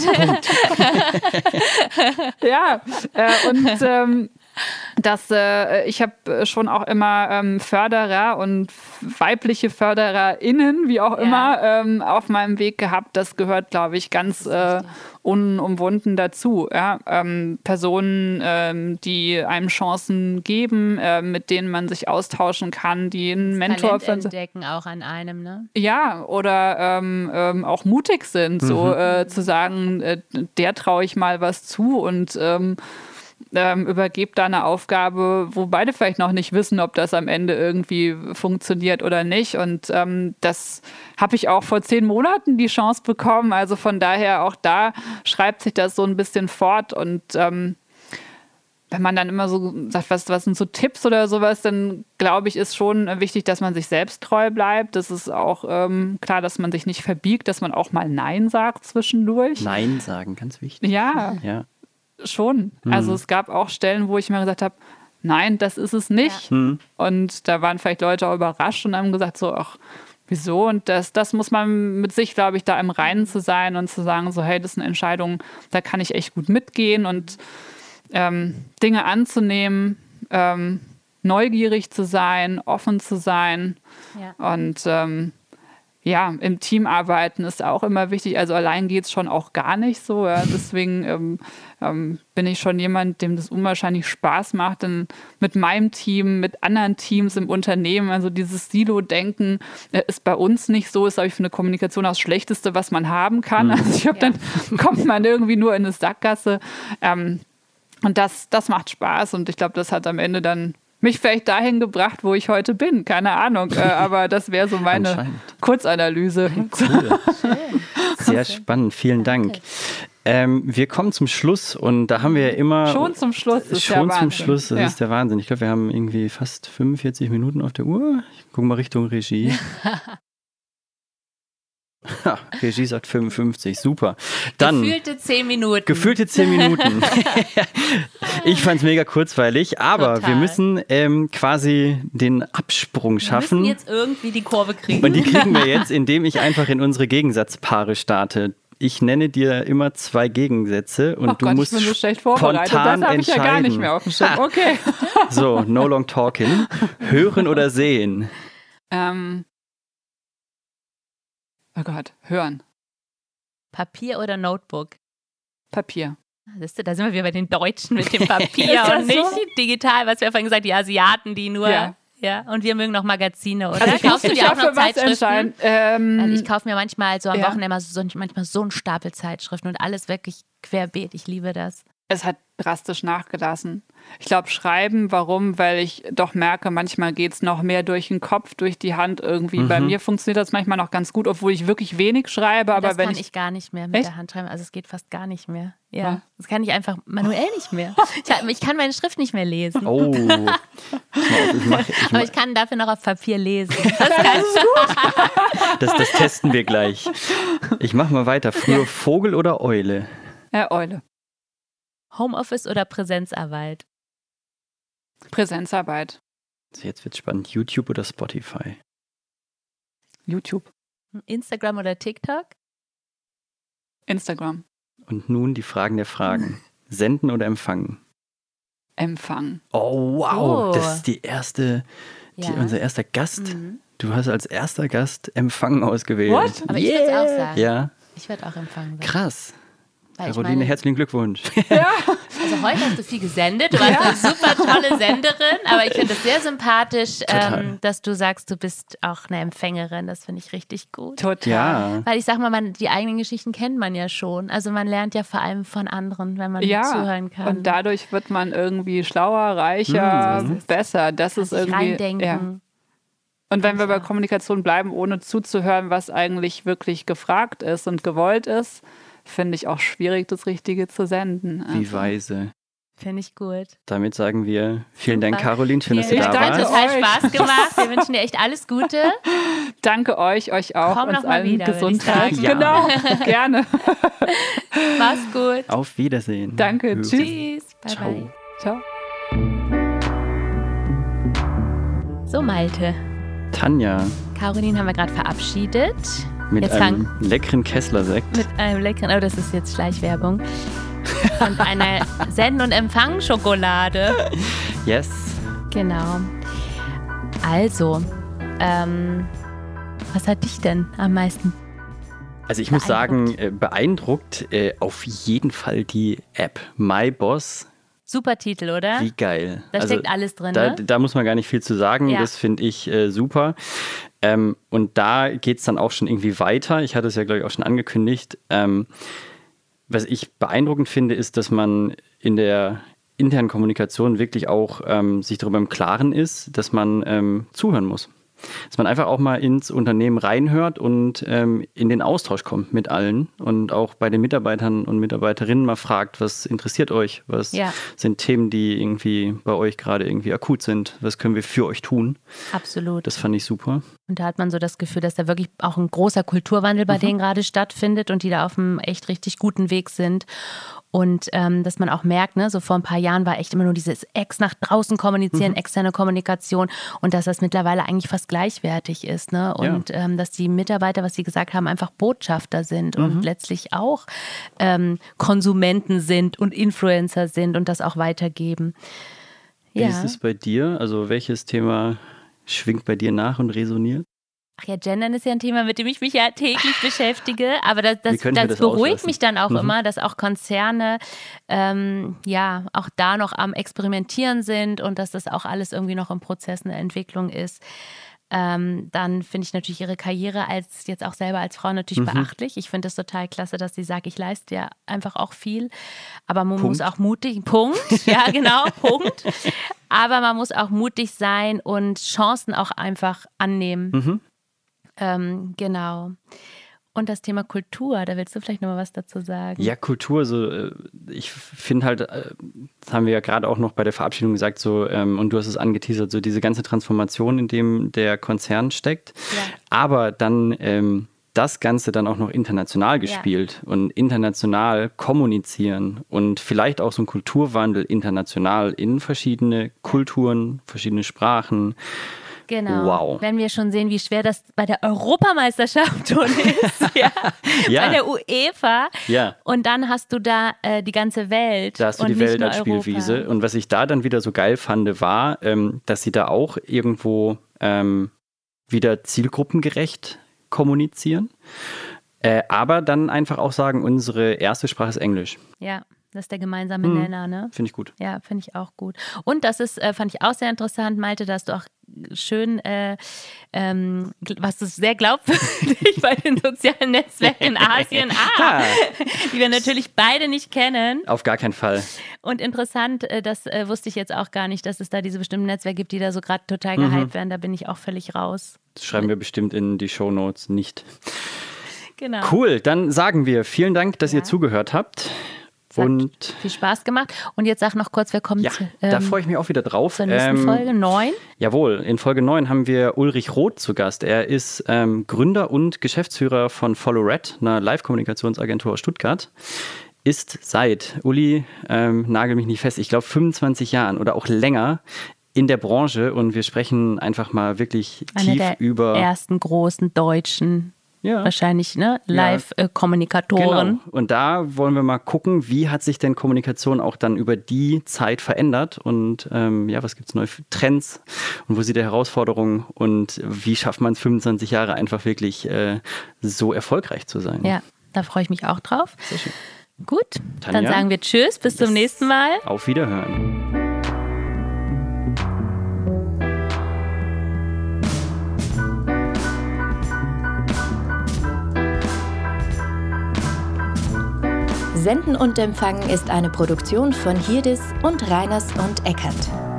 Ja, äh, und ähm, dass äh, ich habe schon auch immer ähm, Förderer und weibliche FördererInnen, wie auch ja. immer, ähm, auf meinem Weg gehabt. Das gehört, glaube ich, ganz äh, unumwunden dazu. Ja? Ähm, Personen, ähm, die einem Chancen geben, äh, mit denen man sich austauschen kann, die einen Mentor Talent entdecken auch an einem, ne? Ja, oder ähm, ähm, auch mutig sind, mhm. so äh, zu sagen, äh, der traue ich mal was zu und ähm, Ähm, übergebt da eine Aufgabe, wo beide vielleicht noch nicht wissen, ob das am Ende irgendwie funktioniert oder nicht. Und ähm, das habe ich auch vor zehn Monaten die Chance bekommen. Also von daher auch da schreibt sich das so ein bisschen fort. Und ähm, wenn man dann immer so sagt, was, was sind so Tipps oder sowas, dann glaube ich, ist schon wichtig, dass man sich selbst treu bleibt. Das ist auch ähm, klar, dass man sich nicht verbiegt, dass man auch mal Nein sagt zwischendurch. Nein sagen, ganz wichtig. Ja. Ja. Schon. Mhm. Also es gab auch Stellen, wo ich mir gesagt habe, nein, das ist es nicht. Ja. Mhm. Und da waren vielleicht Leute auch überrascht und haben gesagt so, ach, wieso? Und das, das muss man mit sich, glaube ich, da im Reinen zu sein und zu sagen so, hey, das ist eine Entscheidung, da kann ich echt gut mitgehen und ähm, Dinge anzunehmen, ähm, neugierig zu sein, offen zu sein. Ja. Und ähm, ja, im Team arbeiten ist auch immer wichtig. Also allein geht es schon auch gar nicht so. Ja. Deswegen ähm, ähm, bin ich schon jemand, dem das unwahrscheinlich Spaß macht, denn mit meinem Team, mit anderen Teams im Unternehmen. Also dieses Silo-Denken äh, ist bei uns nicht so. Ist, glaube ich, für eine Kommunikation das Schlechteste, was man haben kann. Also ich glaube, ja. dann kommt man irgendwie nur in eine Sackgasse. Ähm, und das, das macht Spaß. Und ich glaube, das hat am Ende dann mich vielleicht dahin gebracht, wo ich heute bin. Keine Ahnung. Äh, aber das wäre so meine Kurzanalyse. Cool. Sehr spannend. Vielen Dank. Ähm, wir kommen zum Schluss und da haben wir ja immer... Schon zum Schluss, das ist Schon der zum Wahnsinn. Schluss, das ja. ist der Wahnsinn. Ich glaube, wir haben irgendwie fast fünfundvierzig Minuten auf der Uhr. Ich gucke mal Richtung Regie. Ha, Regie sagt fünfundfünfzig, super. Dann, gefühlte zehn Minuten. Gefühlte zehn Minuten. Ich fand es mega kurzweilig, aber Total. wir müssen ähm, quasi den Absprung schaffen. Wir müssen jetzt irgendwie die Kurve kriegen. Und die kriegen wir jetzt, indem ich einfach in unsere Gegensatzpaare starte. Ich nenne dir immer zwei Gegensätze und oh du Gott, musst ich bin so schlecht vorbereitet. spontan das habe ich ja gar nicht mehr auf dem Schirm. Okay. So, no long talking. Hören oder sehen? Ähm... Oh Gott, hören. Papier oder Notebook? Papier. Siehst du, da sind wir wieder bei den Deutschen mit dem Papier und nicht so? Digital, was wir vorhin gesagt haben, die Asiaten, die nur... Ja. Ja, und wir mögen noch Magazine, oder? Also kaufst du dir auch noch Zeitschriften? Ähm, also ich kaufe mir manchmal so am ja. Wochenende so, manchmal so einen Stapel Zeitschriften und alles wirklich querbeet. Ich liebe das. Es hat drastisch nachgelassen. Ich glaube, schreiben, warum? Weil ich doch merke, manchmal geht es noch mehr durch den Kopf, durch die Hand irgendwie. Mhm. Bei mir funktioniert das manchmal noch ganz gut, obwohl ich wirklich wenig schreibe. Aber das wenn kann ich, ich gar nicht mehr mit Echt? der Hand schreiben. Also es geht fast gar nicht mehr. Ja, ja. Das kann ich einfach manuell nicht mehr. Ich, ich kann meine Schrift nicht mehr lesen. Oh. Ich mach, ich mach. Aber ich kann dafür noch auf Papier lesen. Das, das, das testen wir gleich. Ich mache mal weiter. Früher ja. Vogel oder Eule? Ja, Eule. Homeoffice oder Präsenzarbeit? Präsenzarbeit. Also jetzt wird's spannend. YouTube oder Spotify? YouTube. Instagram oder TikTok? Instagram. Und nun die Fragen der Fragen. Senden oder empfangen? Empfangen. Oh, wow. Oh. Das ist die erste, die, Ja. unser erster Gast. Mhm. Du hast als erster Gast Empfangen ausgewählt. What? Aber ich würde es auch sagen. Ja. Ich würde auch empfangen. Krass. Weil ich Caroline, meine- herzlichen Glückwunsch. Ja. Also heute hast du viel gesendet, du warst eine super tolle Senderin, aber ich finde es sehr sympathisch, ähm, dass du sagst, du bist auch eine Empfängerin. Das finde ich richtig gut. Total. Ja. Weil ich sag mal, man, die eigenen Geschichten kennt man ja schon. Also man lernt ja vor allem von anderen, wenn man Ja, zuhören kann. und dadurch wird man irgendwie schlauer, reicher, Mhm. besser. Das Kann ist sich irgendwie. reindenken. Ja. Und wenn wir bei Ja. Kommunikation bleiben, ohne zuzuhören, was eigentlich wirklich gefragt ist und gewollt ist, finde ich auch schwierig, das Richtige zu senden. Wie Also, weise. Finde ich gut. Damit sagen wir vielen Dank, Super. Caroline. Schön, dass du Vielen da Dank. Dank, warst. total euch. Spaß gemacht. Wir wünschen dir echt alles Gute. danke euch, euch auch. Komm uns noch mal allen wieder, würde ich Gesundheit. sagen. Ja. Genau, gerne. Mach's gut. Auf Wiedersehen. Danke, Hören. tschüss. Tschüss. Bye, Ciao. bye. Ciao. So, Malte. Tanja Caroline haben wir gerade verabschiedet. mit Jetzt einem leckeren Kessler-Sekt. Mit einem leckeren, oh, das ist jetzt Schleichwerbung. Und einer Send- und Empfang-Schokolade. Yes. Genau. Also, ähm, was hat dich denn am meisten? Also ich muss sagen, äh, beeindruckt äh, auf jeden Fall die App MyBoss. Super Titel, oder? Wie geil. Da Also steckt alles drin, Da, ne? da muss man gar nicht viel zu sagen. Ja. Das finde ich äh, super. Ähm, und da geht es dann auch schon irgendwie weiter. Ich hatte es ja, glaube ich, auch schon angekündigt. Ähm, was ich beeindruckend finde, ist, dass man in der internen Kommunikation wirklich auch ähm, sich darüber im Klaren ist, dass man ähm, zuhören muss. Dass man einfach auch mal ins Unternehmen reinhört und ähm, in den Austausch kommt mit allen und auch bei den Mitarbeitern und Mitarbeiterinnen mal fragt, was interessiert euch? Was Ja. sind Themen, die irgendwie bei euch gerade irgendwie akut sind? Was können wir für euch tun? Absolut. Das fand ich super. Und da hat man so das Gefühl, dass da wirklich auch ein großer Kulturwandel bei mhm. denen gerade stattfindet und die da auf einem echt richtig guten Weg sind. Und ähm, dass man auch merkt, ne, so vor ein paar Jahren war echt immer nur dieses Ex nach draußen kommunizieren, mhm. externe Kommunikation und dass das mittlerweile eigentlich fast gleichwertig ist. Ne? Und ja. ähm, dass die Mitarbeiter, was sie gesagt haben, einfach Botschafter sind mhm. und letztlich auch ähm, Konsumenten sind und Influencer sind und das auch weitergeben. Wie ja. ist es bei dir? Also welches Thema schwingt bei dir nach und resoniert? Ach ja, Gendern ist ja ein Thema, mit dem ich mich ja täglich beschäftige, aber das, das, das, das beruhigt auslassen? mich dann auch mhm. immer, dass auch Konzerne ähm, ja auch da noch am Experimentieren sind und dass das auch alles irgendwie noch im Prozess eine Entwicklung ist. Ähm, dann finde ich natürlich ihre Karriere als jetzt auch selber als Frau natürlich mhm. beachtlich. Ich finde es total klasse, dass sie sagt, ich leiste ja einfach auch viel, aber man Punkt. muss auch mutig, Punkt, ja genau, Punkt. Aber man muss auch mutig sein und Chancen auch einfach annehmen. Mhm. Ähm, genau. Und das Thema Kultur, da willst du vielleicht noch mal was dazu sagen? Ja, Kultur, so ich finde halt, das haben wir ja gerade auch noch bei der Verabschiedung gesagt, so und du hast es angeteasert, so diese ganze Transformation, in dem der Konzern steckt, ja. aber dann ähm, das Ganze dann auch noch international gespielt ja. und international kommunizieren und vielleicht auch so ein Kulturwandel international in verschiedene Kulturen, verschiedene Sprachen. Genau. Wow. Wenn wir schon sehen, wie schwer das bei der Europameisterschaft schon ist, ja. ja. bei der UEFA. Ja. Und dann hast du da äh, die ganze Welt. Da hast du und die Welt als Europa. Spielwiese. Und was ich da dann wieder so geil fand, war, ähm, dass sie da auch irgendwo ähm, wieder zielgruppengerecht kommunizieren. Äh, aber dann einfach auch sagen, unsere erste Sprache ist Englisch. Ja. Das ist der gemeinsame hm, Nenner, ne? Finde ich gut. Ja, finde ich auch gut. Und das ist, äh, fand ich auch sehr interessant, Malte, dass du auch schön, äh, ähm, was du sehr glaubwürdig bei den sozialen Netzwerken in Asien, ah, die wir natürlich beide nicht kennen. Auf gar keinen Fall. Und interessant, äh, das äh, wusste ich jetzt auch gar nicht, dass es da diese bestimmten Netzwerke gibt, die da so gerade total mhm. gehypt werden. Da bin ich auch völlig raus. Das schreiben wir bestimmt in die Shownotes nicht. Genau. Cool, dann sagen wir vielen Dank, dass ja. ihr zugehört habt. Und viel Spaß gemacht. Und jetzt sag noch kurz, wer kommt ja, zu, ähm, da freue ich mich auch wieder drauf. Zur nächsten ähm, Folge neun. Jawohl, in Folge neun haben wir Ulrich Roth zu Gast. Er ist ähm, Gründer und Geschäftsführer von Follow Red, einer Live-Kommunikationsagentur aus Stuttgart. Ist seit, Uli, ähm, nagel mich nicht fest, ich glaube fünfundzwanzig Jahren oder auch länger in der Branche. Und wir sprechen einfach mal wirklich Eine tief der über... ersten großen deutschen Ja. wahrscheinlich, ne? Live-Kommunikatoren. Genau. Und da wollen wir mal gucken, wie hat sich denn Kommunikation auch dann über die Zeit verändert und ähm, ja, was gibt es neue Trends und wo sind die Herausforderungen und wie schafft man es fünfundzwanzig Jahre einfach wirklich äh, so erfolgreich zu sein? Ja, da freue ich mich auch drauf. Sehr schön. Gut, Tanja, dann sagen wir Tschüss, bis zum nächsten Mal. Auf Wiederhören. Senden und Empfangen ist eine Produktion von Hirdis und Reiners und Eckert.